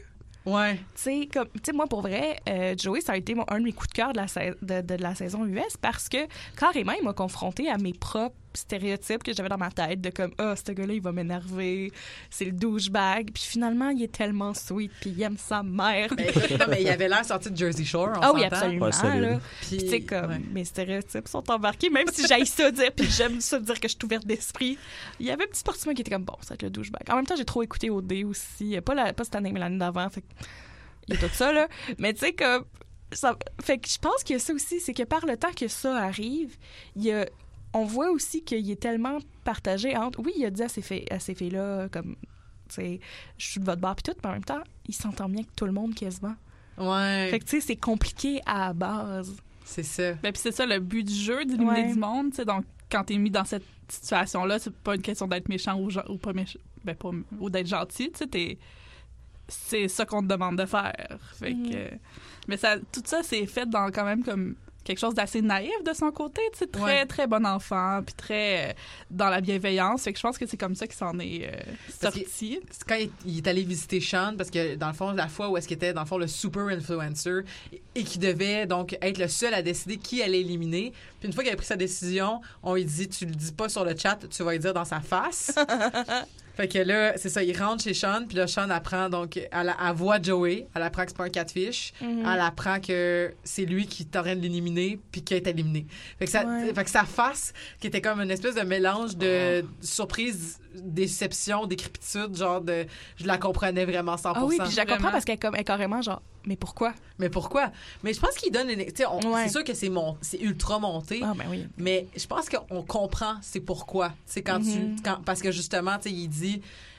Ouais. Tu sais, comme, tu sais, moi, pour vrai, euh, Joey, ça a été mon, un de mes coups de cœur de la, sa- de, de, de la saison U S parce que, carrément, il m'a confronté à mes propres stéréotypes que j'avais dans ma tête de comme, ah, oh, ce gars-là, il va m'énerver, c'est le douchebag. Puis finalement, il est tellement sweet, puis il aime sa mère. Ben, écoute, non, mais il avait l'air sorti de Jersey Shore, on Ah oui, s'entend? absolument. Ouais, là. Puis, Puis, tu sais, comme, ouais. mes stéréotypes sont embarqués, même si j'aille ça dire, puis j'aime ça dire que je suis ouverte d'esprit. Il y avait un petit parti de moi qui était comme, bon, ça va être le douchebag. En même temps, j'ai trop écouté O D aussi. Pas, la, pas cette année, mais l'année d'avant. Fait que il y a tout ça, là. Mais tu sais, comme. Ça, fait que je pense que ça aussi, c'est que par le temps que ça arrive, il y a. On voit aussi qu'il est tellement partagé entre. Oui, il a dit à ces, filles, à ces filles-là, comme. Tu sais, je suis de votre bord, puis tout, mais en même temps, il s'entend bien avec tout le monde quasiment. Ouais. Fait que, tu sais, c'est compliqué à la base. C'est ça. Ben, puis c'est ça le but du jeu, d'éliminer Ouais. du monde. Tu sais, donc, quand t'es mis dans cette situation-là, c'est pas une question d'être méchant ou, gen- ou pas méchant, ben, pas, ou d'être gentil. Tu sais, t'es- c'est ça qu'on te demande de faire. Fait Mm. que, mais ça, tout ça, c'est fait dans quand même comme quelque chose d'assez naïf de son côté. Tu sais, très, Ouais. très bon enfant, puis très euh, dans la bienveillance. Fait que je pense que c'est comme ça qu'il s'en est euh, Parce sorti. C'est quand il, il est allé visiter Sean, parce que dans le fond, la fois où est-ce qu'il était, dans le fond, le super influencer, et, et qui devait donc être le seul à décider qui allait éliminer. Puis une fois qu'il avait pris sa décision, on lui dit, tu le dis pas sur le chat, tu vas lui dire dans sa face. Fait que là, c'est ça, il rentre chez Sean, puis là, Sean apprend, donc, elle, elle voit Joey, elle apprend que c'est pas un catfish, Mhm. elle apprend que c'est lui qui est en train de l'éliminer, puis qui est éliminé. Fait que, ça, Ouais. fait que sa face, qui était comme une espèce de mélange de surprise, déception, décrépitude, genre de... Je la comprenais vraiment cent pour cent. Ah oui, puis je la comprends Vraiment. parce qu'elle est comme- elle est carrément genre, mais pourquoi? Mais pourquoi? Mais je pense qu'il donne... une- tu sais, on- Ouais. c'est sûr que c'est, mon, c'est ultra monté, Ah, ben oui. mais je pense qu'on comprend c'est pourquoi. C'est quand Mhm. tu... Quand, parce que justement, tu sais, il dit...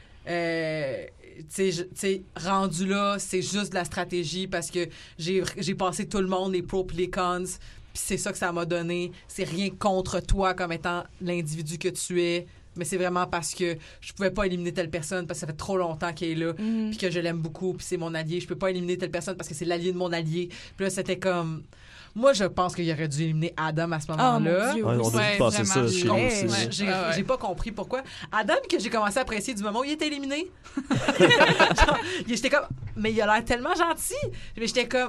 Euh, tu sais, je- tu sais, rendu là, c'est juste de la stratégie parce que j'ai, j'ai passé tout le monde, les pros puis les cons, puis c'est ça que ça m'a donné. C'est rien contre toi comme étant l'individu que tu es, mais c'est vraiment parce que je pouvais pas éliminer telle personne parce que ça fait trop longtemps qu'elle est là, Mhm. puis que je l'aime beaucoup, puis c'est mon allié. Je peux pas éliminer telle personne parce que c'est l'allié de mon allié. Puis là, c'était comme... Moi, je pense qu'il aurait dû éliminer Adam à ce moment-là. mon Dieu, Ouais, on a Ouais, dû passer ça vraiment. chez nous Ouais, aussi. j'ai- J'ai Ah ouais. j'ai pas compris pourquoi. Adam, que j'ai commencé à apprécier du moment où il était éliminé. Genre, j'étais comme, mais il a l'air tellement gentil. Mais j'étais comme,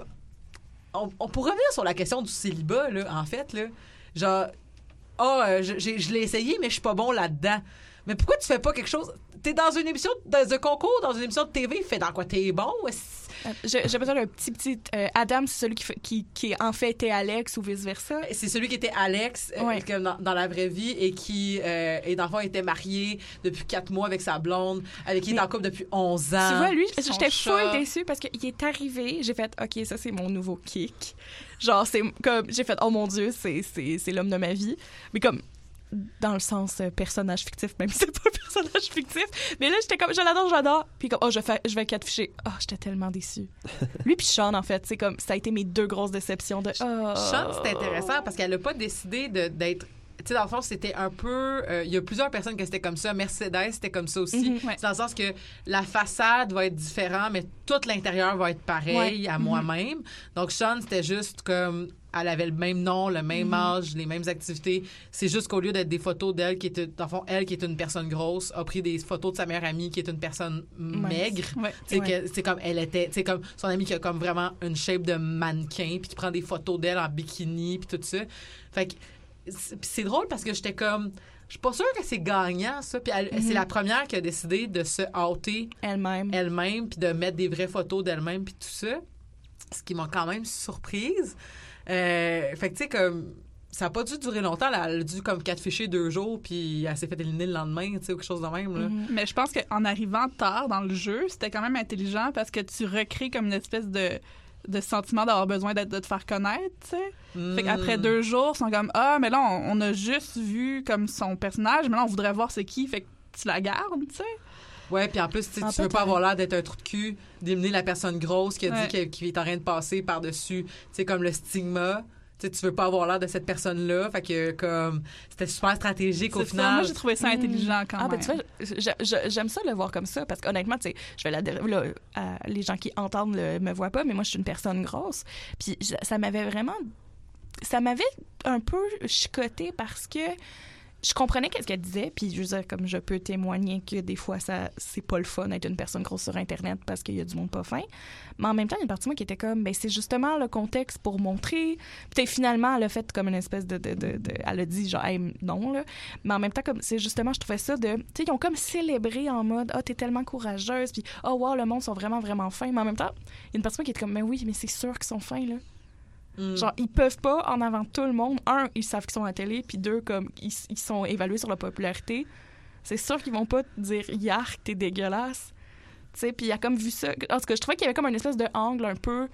on, on pourrait revenir sur la question du célibat, là, en fait, là. Genre, ah, euh, je, j'ai- je l'ai essayé, mais je suis pas bon là-dedans. Mais pourquoi tu fais pas quelque chose? T'es dans une émission de, de concours, dans une émission de T V, fais dans quoi t'es bon? Est-ce- Euh, J'ai j'ai besoin d'un petit, petit... euh, Adam, c'est celui qui, fait- qui, qui en fait était Alex ou vice-versa. C'est celui qui était Alex euh, Ouais. comme dans, dans la vraie vie et qui, euh, et dans le fond, était marié depuis quatre mois avec sa blonde, avec qui il est Mais- en couple depuis onze ans. Tu vois, lui, Son j'étais full chat. déçue parce qu'il est arrivé, j'ai fait, OK, ça, c'est mon nouveau kick. Genre, c'est comme, j'ai fait, oh mon Dieu, c'est, c'est, c'est l'homme de ma vie. Mais comme, dans le sens euh, personnage fictif, même si c'est pas un personnage fictif. Mais là, j'étais comme, je l'adore, j'adore. Puis comme, oh, je, fais, je vais catfisher. Oh, j'étais tellement déçue. Lui puis Sean, en fait, c'est comme, ça a été mes deux grosses déceptions de, oh. Sean, c'était intéressant parce qu'elle n'a pas décidé de- d'être. Tu sais, dans le fond, c'était un peu. euh, Il y a plusieurs personnes que c'était comme ça. Mercedes, c'était comme ça aussi. Mhm, ouais. C'est dans le sens que la façade va être différente, mais tout l'intérieur va être pareil Ouais. à Mhm. moi-même. Donc, Sean, c'était juste comme. Elle avait le même nom, le même Mhm. âge, les mêmes activités. C'est juste qu'au lieu d'être des photos d'elle, qui était, dans le fond, elle qui est une personne grosse, a pris des photos de sa meilleure amie qui est une personne maigre. Ouais. Tu sais, Ouais. que c'est comme elle était, tu sais, comme son amie qui a comme vraiment une shape de mannequin, puis qui prend des photos d'elle en bikini, puis tout ça. Fait que c'est puis c'est drôle parce que j'étais comme, je suis pas sûre que c'est gagnant ça. Puis elle- Mhm. c'est la première qui a décidé de se outer Elle-même. elle-même, puis de mettre des vraies photos d'elle-même, puis tout ça. Ce qui m'a quand même surprise. Euh, fait que tu sais comme. Ça n'a pas dû durer longtemps. Là. Elle a dû comme catfisher deux jours, puis elle s'est fait éliminer le lendemain, tu sais, ou quelque chose de même. Là. Mhm. Mais je pense qu'en arrivant tard dans le jeu, c'était quand même intelligent parce que tu recrées comme une espèce de, de sentiment d'avoir besoin d'être, de te faire connaître, tu sais. Fait qu'après Mm. deux jours, ils sont comme « Ah, mais là, on, on a juste vu comme son personnage, mais là, on voudrait voir c'est qui. » Fait que tu la gardes, tu sais. Ouais, puis en plus, tu sais, En tu veux fait, pas euh, avoir l'air d'être un trou de cul, d'éliminer la personne grosse qui a Ouais. dit qu'elle- qu'il est en train de passer par-dessus, tu sais, comme le stigma. Tu sais, tu veux pas avoir l'air de cette personne-là. Fait que, comme, c'était super stratégique au C'est ça. final. Moi, j'ai trouvé ça intelligent quand Ah, même. ben, tu vois, je- je- j'aime ça le voir comme ça parce qu'honnêtement, tu sais, je vais la là, euh, les gens qui entendent le, me voient pas, mais moi, je suis une personne grosse. Puis je- ça m'avait vraiment. Ça m'avait un peu chicoté parce que je comprenais qu'est-ce qu'elle disait, puis je veux dire, comme je peux témoigner que des fois, ça c'est pas le fun d'être une personne grosse sur Internet parce qu'il y a du monde pas fin. Mais en même temps, il y a une partie de moi qui était comme, ben c'est justement le contexte pour montrer. Puis finalement, elle a fait comme une espèce de... de, de, de elle a dit genre, hey, non, là. Mais en même temps, comme c'est justement, je trouvais ça de... Tu sais, ils ont comme célébré en mode, ah, oh, t'es tellement courageuse, puis oh, wow, le monde sont vraiment, vraiment fins. Mais en même temps, il y a une partie de moi qui est comme, mais oui, mais c'est sûr qu'ils sont fins, là. Mm. Genre, ils peuvent pas, en avant de tout le monde, un, ils savent qu'ils sont à la télé, puis deux, comme, ils, ils sont évalués sur la popularité. C'est sûr qu'ils vont pas te dire « Yark, t'es dégueulasse ». Tu sais, puis il a comme vu ça... En tout cas, je trouvais qu'il y avait comme une espèce de angle un peu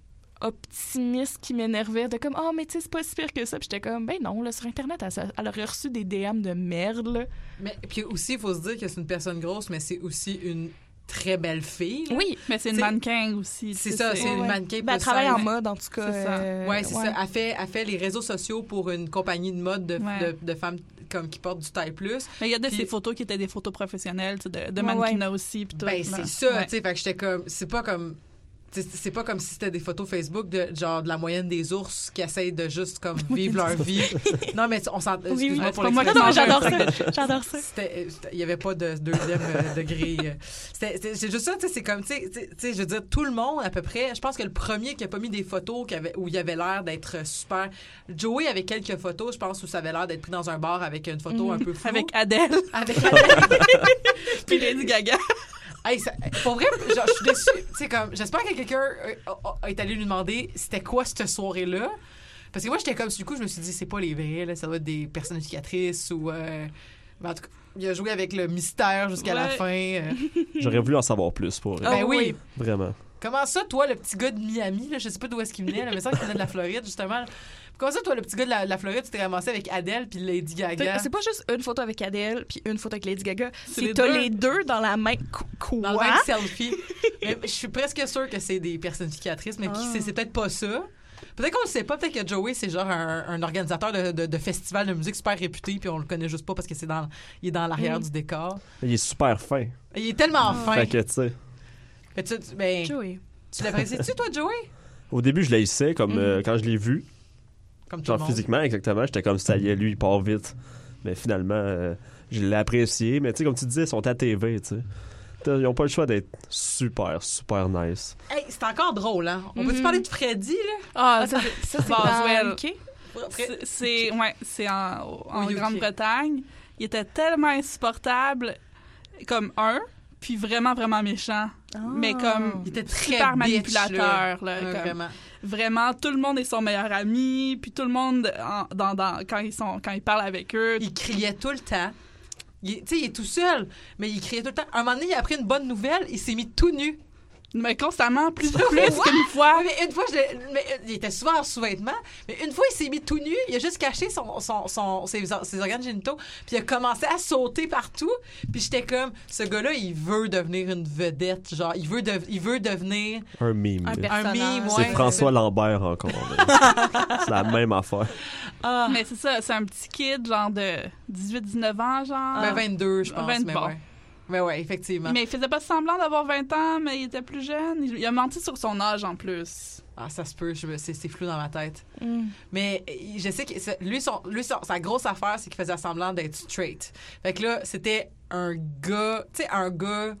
optimiste qui m'énervait, de comme « Oh, mais tu sais, c'est pas si pire que ça ». Puis j'étais comme « Ben non, là, sur Internet, elle, elle aurait reçu des D M de merde, là. » Mais puis aussi, il faut se dire que c'est une personne grosse, mais c'est aussi une... très belle fille. Là. Oui, mais c'est une t'sais, mannequin aussi. C'est ça, c'est ouais. une mannequin. Ben, elle travaille en mode, en tout cas. C'est ça. Euh, ouais, c'est ouais. ça. Elle fait, elle fait les réseaux sociaux pour une compagnie de mode de, ouais. de, de femmes comme qui portent du taille plus. Mais il y a de puis, ces photos qui étaient des photos professionnelles, de, de ouais, mannequinat ouais. aussi. Puis tout, ben, c'est ça, ouais. tu sais. Fait que j'étais comme... C'est pas comme... c'est pas comme si c'était des photos Facebook de genre de la moyenne des ours qui essayent de juste comme vivre leur vie. Non, mais on s'en... Oui, oui, pour moi, non, non, j'adore ça. J'adore ça. Il n'y avait pas de deuxième degré. C'était, c'était, c'est juste ça, tu sais, c'est comme, tu sais, je veux dire, tout le monde, à peu près, je pense que le premier qui a pas mis des photos qui avait, où il avait l'air d'être super... Joey avait quelques photos, je pense, où ça avait l'air d'être pris dans un bar avec une photo mmh. un peu floue. Avec Adèle. Avec Adèle. Puis Lady Gaga. Hey, ça, pour vrai, genre, je suis déçue. Tu sais, comme, j'espère que quelqu'un euh, est allé lui demander c'était quoi cette soirée-là. Parce que moi, j'étais comme, du coup, je me suis dit, c'est pas les vrais, là, ça doit être des personnificatrices ou. Euh... Mais en tout cas, il a joué avec le mystère jusqu'à ouais. la fin. Euh... J'aurais voulu en savoir plus pour. Ben euh, oui. Vraiment. Comment ça, toi, le petit gars de Miami, là, je sais pas d'où est-ce qu'il venait, là, mais ça, qu'il venait de la Floride, justement. Comment ça, toi, le petit gars de la, de la Floride, tu t'es ramassé avec Adèle puis Lady Gaga? C'est pas juste une photo avec Adèle puis une photo avec Lady Gaga. C'est, c'est les t'as deux. les deux dans la même... Quoi? Dans le même selfie. Mais je suis presque sûre que c'est des personnificatrices, mais ah. c'est, c'est peut-être pas ça. Peut-être qu'on le sait pas. Peut-être que Joey, c'est genre un, un organisateur de, de, de festival de musique super réputé puis on le connaît juste pas parce que c'est dans, il est dans l'arrière mm. du décor. Il est super fin. Il est tellement oh. fin. Fait que, tu sais... Mais tu, ben, Joey. Tu l'apprécies-tu, toi, Joey? Au début, je l'haïssais, comme mm. euh, quand je l'ai vu. Comme genre physiquement, exactement. J'étais comme ça y est, lui, il part vite. Mais finalement, euh, je l'ai apprécié. Mais tu sais, comme tu disais, ils sont à T V, tu sais. Ils n'ont pas le choix d'être super, super nice. Hey, c'est encore drôle, hein? On mm-hmm. peut-tu parler de Freddy, là? Ah, ça, ça c'est Boswell. Okay. C'est, c'est, ouais, c'est en, en oui, Grande-Bretagne. Okay. Il était tellement insupportable, comme un, puis vraiment, vraiment méchant. Oh. Mais comme, il était très super bitch, manipulateur, là. là comme, vraiment. Vraiment, tout le monde est son meilleur ami, puis tout le monde, en, dans, dans, quand, ils sont, quand ils parlent avec eux... Il criait tout le temps. Tu sais, il est tout seul, mais il criait tout le temps. Un moment donné, il a appris une bonne nouvelle, il s'est mis tout nu. Mais constamment, plus, plus qu'une fois. Oui, mais une fois, je mais, il était souvent en sous-vêtements, mais une fois, il s'est mis tout nu, il a juste caché son, son, son, ses, ses organes génitaux, puis il a commencé à sauter partout, puis j'étais comme, ce gars-là, il veut devenir une vedette, genre, il veut, de, il veut devenir... Un mime. Un, un mime, ouais. C'est François Lambert encore. C'est la même affaire. Ah. Mais c'est ça, c'est un petit kid, genre de dix-huit dix-neuf ans, genre. Ben vingt-deux, je pense, vingt, mais bon. ouais. Mais ouais, effectivement. Mais il faisait pas semblant d'avoir vingt ans, mais il était plus jeune. Il, il a menti sur son âge en plus. Ah, ça se peut. Je, c'est, c'est flou dans ma tête. Mm. Mais je sais que lui, son, lui son, sa grosse affaire, c'est qu'il faisait semblant d'être straight. Fait que là, c'était un gars, tu sais, un gars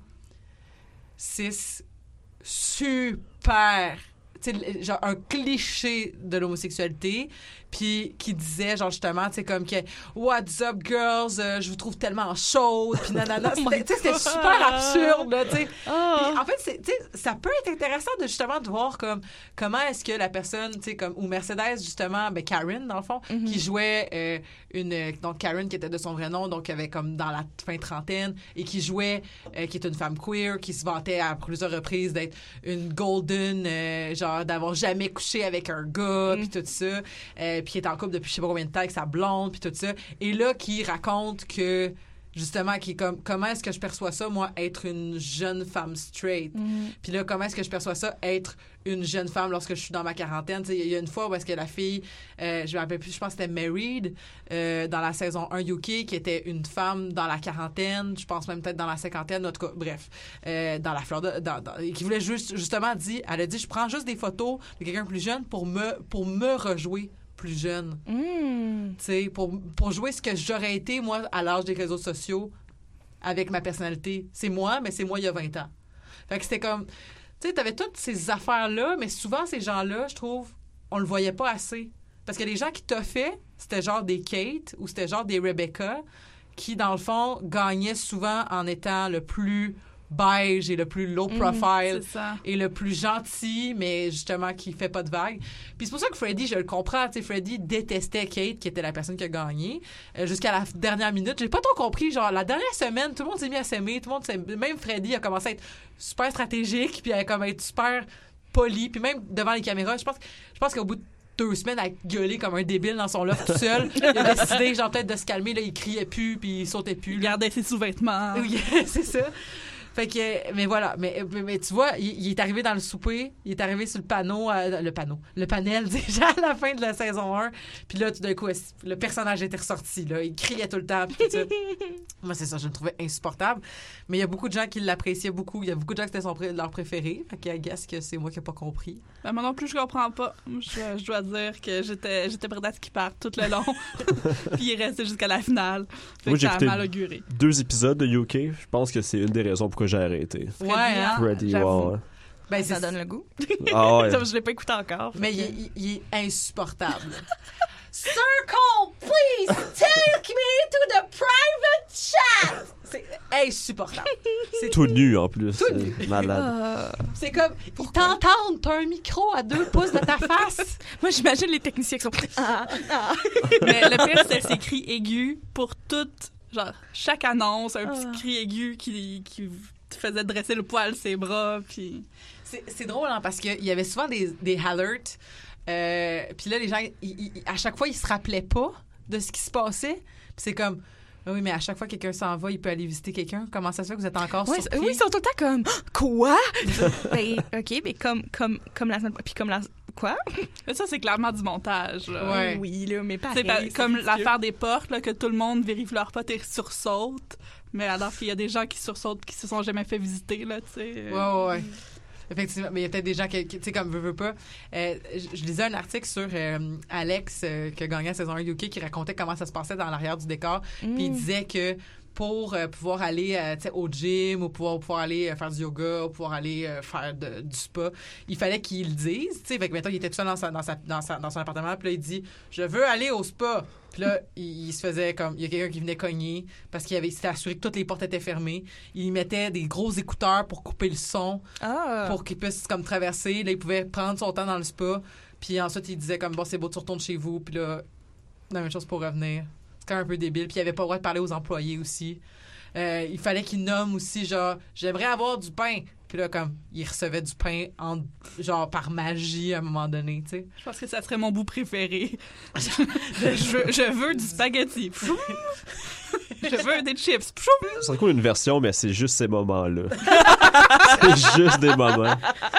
cis super... T'sais, genre un cliché de l'homosexualité, puis qui disait genre justement tu sais comme que what's up girls, euh, je vous trouve tellement chaude, puis nanana. oh c'était, c'était super absurde là, tu sais. Oh. En fait c'est, t'sais, ça peut être intéressant de justement de voir comme comment est-ce que la personne tu sais comme ou Mercedes justement, ben Karen dans le fond, mm-hmm. qui jouait euh, une donc Karen qui était de son vrai nom, donc qui avait comme dans la fin trentaine et qui jouait euh, qui est une femme queer qui se vantait à plusieurs reprises d'être une golden euh, genre d'avoir jamais couché avec un gars, puis mm. tout ça, euh, puis qui est en couple depuis je sais pas combien de temps avec sa blonde, puis tout ça, et là, qui raconte que, justement, qui est comme, comment est-ce que je perçois ça, moi, être une jeune femme straight, mm. puis là, comment est-ce que je perçois ça, être une jeune femme lorsque je suis dans ma quarantaine. Il y a une fois où est-ce que la fille, euh, je me rappelle plus, je pense que c'était Married, euh, dans la saison un U K, qui était une femme dans la quarantaine, je pense même peut-être dans la cinquantaine, en tout cas, bref, euh, dans la Floride, dans, dans, qui voulait juste, justement dire, elle a dit, je prends juste des photos de quelqu'un plus jeune pour me, pour me rejouer plus jeune. Mm. Tu sais, pour, pour jouer ce que j'aurais été, moi, à l'âge des réseaux sociaux, avec ma personnalité. C'est moi, mais c'est moi il y a vingt ans. Fait que c'était comme... Tu sais, t'avais toutes ces affaires-là, mais souvent, ces gens-là, je trouve, on le voyait pas assez. Parce que les gens qui toffaient, c'était genre des Kate ou c'était genre des Rebecca qui, dans le fond, gagnaient souvent en étant le plus beige et le plus low profile mmh, c'est ça. et le plus gentil, mais justement qui fait pas de vagues. Puis c'est pour ça que Freddie, je le comprends, tu sais, Freddie détestait Kate, qui était la personne qui a gagné, euh, jusqu'à la dernière minute. J'ai pas trop compris, genre, la dernière semaine, tout le monde s'est mis à s'aimer, tout le monde s'est... Même Freddie a commencé à être super stratégique, puis à comme être super poli, puis même devant les caméras, je pense, je pense qu'au bout de deux semaines à gueuler comme un débile dans son loft tout seul. Il a décidé, genre, peut-être de se calmer, là, il criait plus, puis il sautait plus. Il gardait ses sous-vêtements. Oui, c'est ça. Fait que, mais voilà, mais, mais, mais tu vois, il, il est arrivé dans le souper, il est arrivé sur le panneau, euh, le panneau, le panel déjà à la fin de la saison un, puis là, tout d'un coup, le personnage était ressorti, là, il criait tout le temps, puis tout ça. Moi, c'est ça, je le trouvais insupportable, mais il y a beaucoup de gens qui l'appréciaient beaucoup, il y a beaucoup de gens qui c'était son, leur préféré, fait que, I guess que c'est moi qui n'ai pas compris. Ben, moi non plus, je comprends pas. Je, je dois dire que j'étais, j'étais prête à ce qu'il parte tout le long, puis il restait jusqu'à la finale, fait moi, que j'ai ça a écouté mal auguré. Deux épisodes de U K, je pense que c'est une des raisons pourquoi j'ai arrêté. Ouais, hein? Freddy, ouais, ouais. Ben, ça donne le goût. Ah ouais. Je l'ai pas écouté encore. Mais il, il, il est insupportable. Circle, please take me to the private chat. C'est insupportable. C'est tout nu en plus. Tout nu. Malade. Uh, c'est comme, ils t'entendent, t'as un micro à deux pouces de ta face. Moi, j'imagine les techniciens qui sont... Ah, ah. Mais le pire, c'est que c'est cri aigu pour toute, genre, chaque annonce, un petit cri aigu qui, qui te faisait dresser le poil ses bras, puis... C'est, c'est drôle, hein, parce qu'il y avait souvent des, des alerts. Euh, puis là, les gens, ils, ils, à chaque fois, ils se rappelaient pas de ce qui se passait. Puis c'est comme, oui, mais à chaque fois que quelqu'un s'en va, il peut aller visiter quelqu'un. Comment ça se fait que vous êtes encore ouais, surpris? Oui, ils sont tout le temps comme, quoi? Ben, OK, mais comme, comme, comme la semaine... Puis comme la... Quoi? Mais ça, c'est clairement du montage. Là. Ouais. Oui, là, mais pareil. C'est pas, c'est comme ridicule. l'affaire des portes, là, que tout le monde vérifie leur pote et sursaute. Mais alors qu'il y a des gens qui sursautent qui se sont jamais fait visiter, là, tu sais. Ouais, ouais, ouais. Effectivement, mais il y a peut-être des gens qui, qui tu sais, comme veut, veut pas. Euh, je, je lisais un article sur euh, Alex, euh, qui a gagné la saison un U K, qui racontait comment ça se passait dans l'arrière du décor. Mm. Puis il disait que pour euh, pouvoir aller euh, tu sais, au gym ou pouvoir, pouvoir aller euh, faire du yoga ou pouvoir aller euh, faire de, du spa, il fallait qu'il le dise. Tu sais, fait que mettons, il était tout seul dans, sa, dans, sa, dans, sa, dans son appartement, puis là, il dit « Je veux aller au spa ». Puis là, il, il se faisait comme... Il y a quelqu'un qui venait cogner parce qu'il avait, il s'était assuré que toutes les portes étaient fermées. Il mettait des gros écouteurs pour couper le son, ah. pour qu'il puisse comme traverser. Là, il pouvait prendre son temps dans le spa. Puis ensuite, il disait comme « Bon, c'est beau, tu retournes chez vous. » Puis là, la même chose pour revenir. C'est quand même un peu débile. Puis il avait pas le droit de parler aux employés aussi. Euh, il fallait qu'il nomme aussi, genre, j'aimerais avoir du pain. Puis là, comme, il recevait du pain, en, genre, par magie à un moment donné, tu sais. Je pense que ça serait mon bout préféré. je, veux, je veux du spaghetti. Je veux des chips. C'est cool une version, mais c'est juste ces moments-là. C'est juste des moments.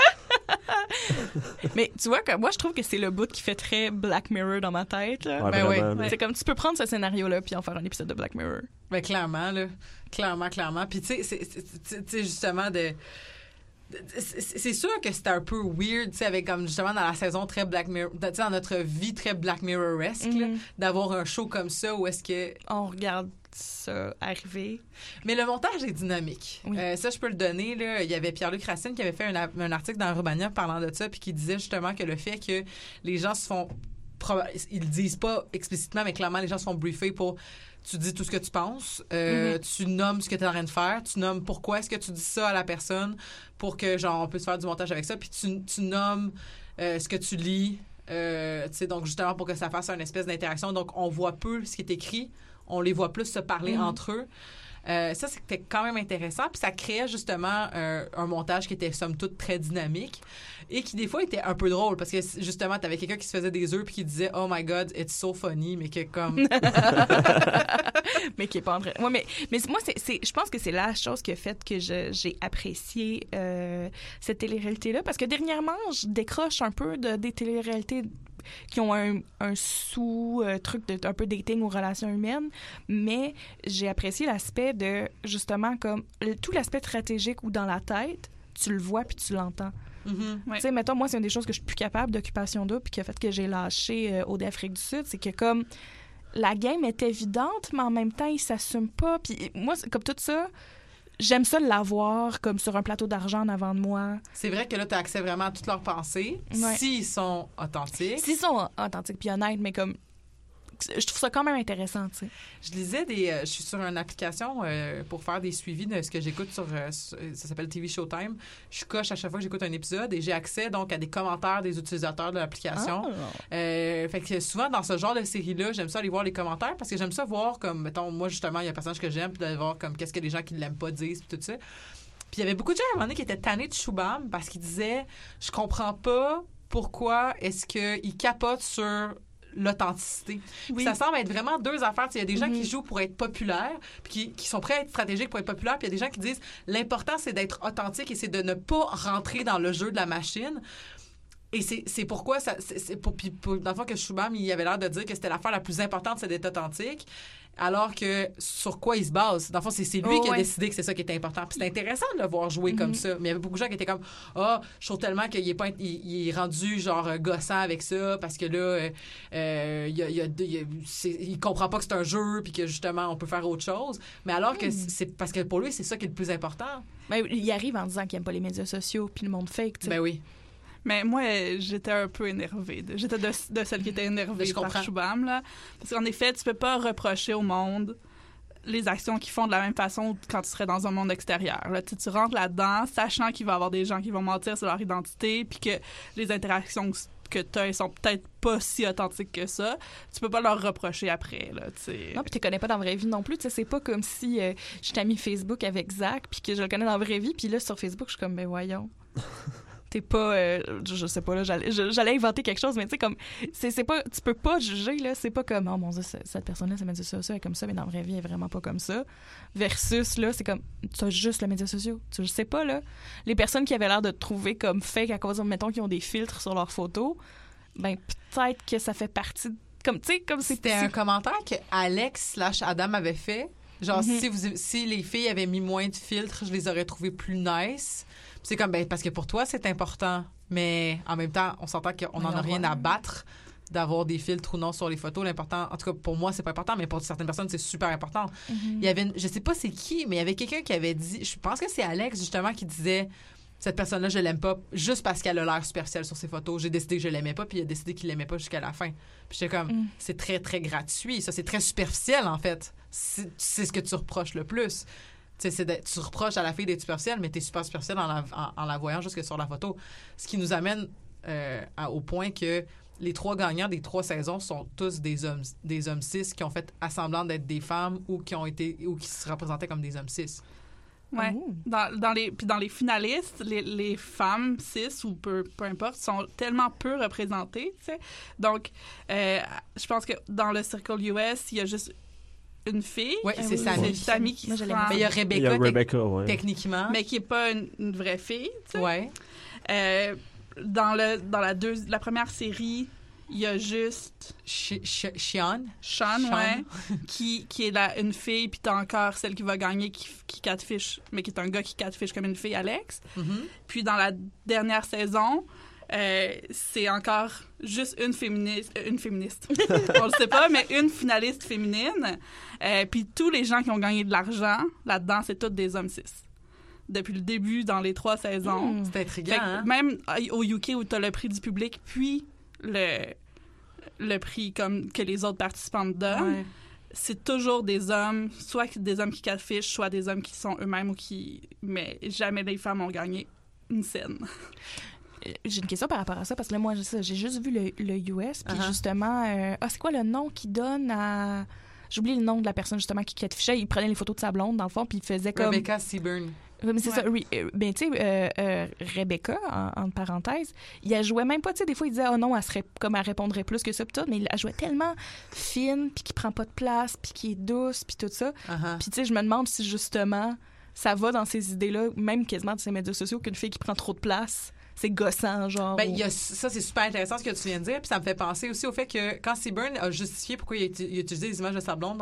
Mais tu vois, que moi, je trouve que c'est le bout qui fait très Black Mirror dans ma tête. Là. Ouais, ben vraiment, oui. mais... C'est comme, tu peux prendre ce scénario-là puis en faire un épisode de Black Mirror. Ben clairement, là. Clairement, clairement. Puis tu sais, c'est, c'est, c'est justement de... C'est, c'est sûr que c'était un peu weird, tu sais, avec comme justement dans la saison très Black Mirror, tu sais, dans notre vie très Black Mirror-esque, mm-hmm. là, d'avoir un show comme ça où est-ce que... On regarde ça arriver. Mais le montage est dynamique. Oui. Euh, ça, je peux le donner. Là. Il y avait Pierre-Luc Racine qui avait fait un, un article dans Urbania parlant de ça, puis qui disait justement que le fait que les gens se font... Ils le disent pas explicitement, mais clairement, les gens se font briefer pour... Tu dis tout ce que tu penses, euh, mm-hmm. tu nommes ce que tu es en train de faire, tu nommes pourquoi est-ce que tu dis ça à la personne pour que, genre, on puisse faire du montage avec ça, puis tu, tu nommes euh, ce que tu lis, euh, tu sais, donc justement pour que ça fasse une espèce d'interaction. Donc, on voit peu ce qui est écrit, on les voit plus se parler mm-hmm. entre eux. Euh, ça, c'était quand même intéressant. Puis ça créait justement euh, un montage qui était, somme toute, très dynamique et qui, des fois, était un peu drôle parce que, justement, t'avais quelqu'un qui se faisait des œufs puis qui disait « Oh my God, it's so funny », mais que comme... mais qui est pas en train... Ouais, mais, mais moi, c'est, c'est, je pense que c'est la chose qui a fait que je, j'ai apprécié euh, cette télé-réalité-là parce que, dernièrement, je décroche un peu de, des télé-réalités qui ont un, un sous-truc de un peu dating ou relations humaines, mais j'ai apprécié l'aspect de, justement, comme tout l'aspect stratégique où dans la tête, tu le vois puis tu l'entends. Mm-hmm. Tu sais, mettons, moi, c'est une des choses que je suis plus capable d'occupation double puis qui a fait que j'ai lâché euh, au d'Afrique du Sud, c'est que comme la game est évidente, mais en même temps, ils s'assument pas. Puis moi, c'est- comme tout ça, j'aime ça l'avoir comme sur un plateau d'argent en avant de moi. C'est vrai que là, tu as accès vraiment à toutes leurs pensées, Ouais. s'ils sont authentiques. S'ils sont authentiques puis honnêtes, mais comme je trouve ça quand même intéressant, tu sais. Je lisais des... euh, je suis sur une application euh, pour faire des suivis de ce que j'écoute sur... euh, sur- ça s'appelle T V Showtime. Je coche à chaque fois que j'écoute un épisode et j'ai accès donc à des commentaires des utilisateurs de l'application. Ah. Euh, fait que souvent, dans ce genre de série-là, j'aime ça aller voir les commentaires parce que j'aime ça voir comme... Mettons, moi, justement, il y a un personnage que j'aime puis d'aller voir comme qu'est-ce que les gens qui l'aiment pas disent puis tout ça. Puis il y avait beaucoup de gens à un moment donné qui étaient tannés de Shubham parce qu'ils disaient « Je comprends pas pourquoi est-ce qu'ils capotent sur... » l'authenticité. Oui. Ça semble être vraiment deux affaires. Il y a des gens Mhm. qui jouent pour être populaires, puis qui, qui sont prêts à être stratégiques pour être populaires, puis il y a des gens qui disent l'important, c'est d'être authentique et c'est de ne pas rentrer dans le jeu de la machine. Et c'est, c'est pourquoi, ça, c'est, c'est pour, puis pour, dans le fond, que Shubham, il avait l'air de dire que c'était l'affaire la plus importante, c'est d'être authentique, alors que sur quoi il se base? Dans le fond, c'est, c'est lui Oh, qui a ouais. décidé que c'est ça qui était important. Puis c'est intéressant de le voir jouer Mhm. comme ça. Mais il y avait beaucoup de gens qui étaient comme « Ah, je trouve tellement qu'il est, pas, il, il est rendu genre euh, gossant avec ça, parce que là, euh, euh, il, y a, il, y a, il, y a- c'est- il comprend pas que c'est un jeu, puis que justement, on peut faire autre chose. » Mais alors que c'est, c'est parce que pour lui, c'est ça qui est le plus important. Ben, il arrive en disant qu'il aime pas les médias sociaux puis le monde fake, tu sais. Ben oui. Mais moi, euh, j'étais un peu énervée. de- J'étais de, de celle qui était énervée Je par comprends. Shubham, là. Parce qu'en effet, tu peux pas reprocher au monde les actions qu'ils font de la même façon quand tu serais dans un monde extérieur. Là. Tu, tu rentres là-dedans, sachant qu'il va y avoir des gens qui vont mentir sur leur identité, puis que les interactions que tu as sont peut-être pas si authentiques que ça. Tu peux pas leur reprocher après. Là, tu sais. Non, puis tu connais pas dans la vraie vie non plus. Tu sais, c'est pas comme si euh, je t'ai mis Facebook avec Zach puis que je le connais dans la vraie vie, puis là, sur Facebook, je suis comme, ben voyons. T'es pas... euh, je, je sais pas, là, j'allais, je- j'allais inventer quelque chose, mais tu sais, comme... C'est, c'est pas, tu peux pas juger, là. C'est pas comme, oh mon Dieu, c'est- cette personne-là, ça m'a dit ça, ça, elle est comme ça, mais dans la vraie vie, elle est vraiment pas comme ça. Versus, là, c'est comme, tu as juste les médias sociaux. Tu le sais pas, là. Les personnes qui avaient l'air de te trouver comme fake à cause, mettons, qui ont des filtres sur leurs photos, ben peut-être que ça fait partie... de- Comme, tu sais, comme c'est... C'était un commentaire que Alex slash Adam avait fait. Genre, Mhm. si, vous, si les filles avaient mis moins de filtres, je les aurais trouvées plus nice. Puis c'est comme, ben, parce que pour toi, c'est important. Mais en même temps, on s'entend qu'on n'en a Voyons rien voir. à battre d'avoir des filtres ou non sur les photos. L'important, en tout cas, pour moi, c'est pas important, mais pour certaines personnes, c'est super important. Mhm. Il y avait, une- je sais pas c'est qui, mais il y avait quelqu'un qui avait dit, je pense que c'est Alex, justement, qui disait, cette personne-là, je l'aime pas juste parce qu'elle a l'air superficielle sur ses photos. J'ai décidé que je l'aimais pas, puis il a décidé qu'il l'aimait pas jusqu'à la fin. Puis j'étais comme, Mm. c'est très, très gratuit. Ça, c'est très superficiel, en fait. C'est, c'est ce que tu reproches le plus. Tu sais, c'est d'être- tu reproches à la fille d'être superficielle, mais t'es super superficielle en la, en, en la voyant jusque sur la photo. Ce qui nous amène euh, à- au point que les trois gagnants des trois saisons sont tous des hommes, des hommes cis qui ont fait assemblant d'être des femmes ou qui ont été ou qui se représentaient comme des hommes cis. Ouais. Oh. Dans, dans les, puis dans les finalistes, les, les femmes cis ou peu, peu importe sont tellement peu représentées. Tu sais. Donc, euh, je pense que dans le Circle U S, il y a juste une fille. Ouais, c'est Sammy. C'est Sammy qui Moi, se je l'aime rend- Mais il y a Il y Rebecca, a tec- Rebecca, ouais. techniquement. mais qui n'est pas une, une vraie fille. Tu sais. Ouais. Euh, dans le, dans la, deux, la première série, il y a juste Ch- Ch- Sean. Sean, Sean. ouais, qui, qui est la, une fille, puis t'as encore celle qui va gagner, qui, qui catfish, mais qui est un gars qui catfish comme une fille, Alex. Mhm. Puis dans la dernière saison, euh, c'est encore juste une féministe, euh, une féministe, on le sait pas, mais une finaliste féminine. Euh, puis tous les gens qui ont gagné de l'argent là-dedans, c'est tous des hommes cis. Depuis le début, dans les trois saisons. Mm. C'est intriguant, Fait que hein? même au U K où tu as le prix du public, puis le, le prix comme que les autres participants donnent, Ouais. c'est toujours des hommes, soit des hommes qui catfish, soit des hommes qui sont eux-mêmes ou qui... Mais jamais les femmes ont gagné une scène. J'ai une question par rapport à ça, parce que là, moi, j'ai ça, j'ai juste vu le, le U S, puis Uh-huh. justement... euh, ah, c'est quoi le nom qu'il donne à... J'oublie le nom de la personne, justement, qui catfichait. Il prenait les photos de sa blonde, dans le fond, puis il faisait comme... Rebecca Seaburn. Ouais, mais c'est Ouais. ça. Re- euh, ben, tu sais, euh, euh, Rebecca, en, entre parenthèses, il elle jouait même pas, tu sais, des fois, il disait, oh non, elle serait comme elle répondrait plus que ça, pis tout, mais elle jouait tellement fine, puis qui prend pas de place, puis qui est douce, puis tout ça. Uh-huh. Puis, tu sais, je me demande si, justement, ça va dans ces idées-là, même quasiment de ces médias sociaux, qu'une fille qui prend trop de place, c'est gossant, genre. Ben, ou- il y a, ça, c'est super intéressant ce que tu viens de dire. Puis ça me fait penser aussi au fait que quand Seaburn a justifié pourquoi il a, uti- il a utilisé les images de sa blonde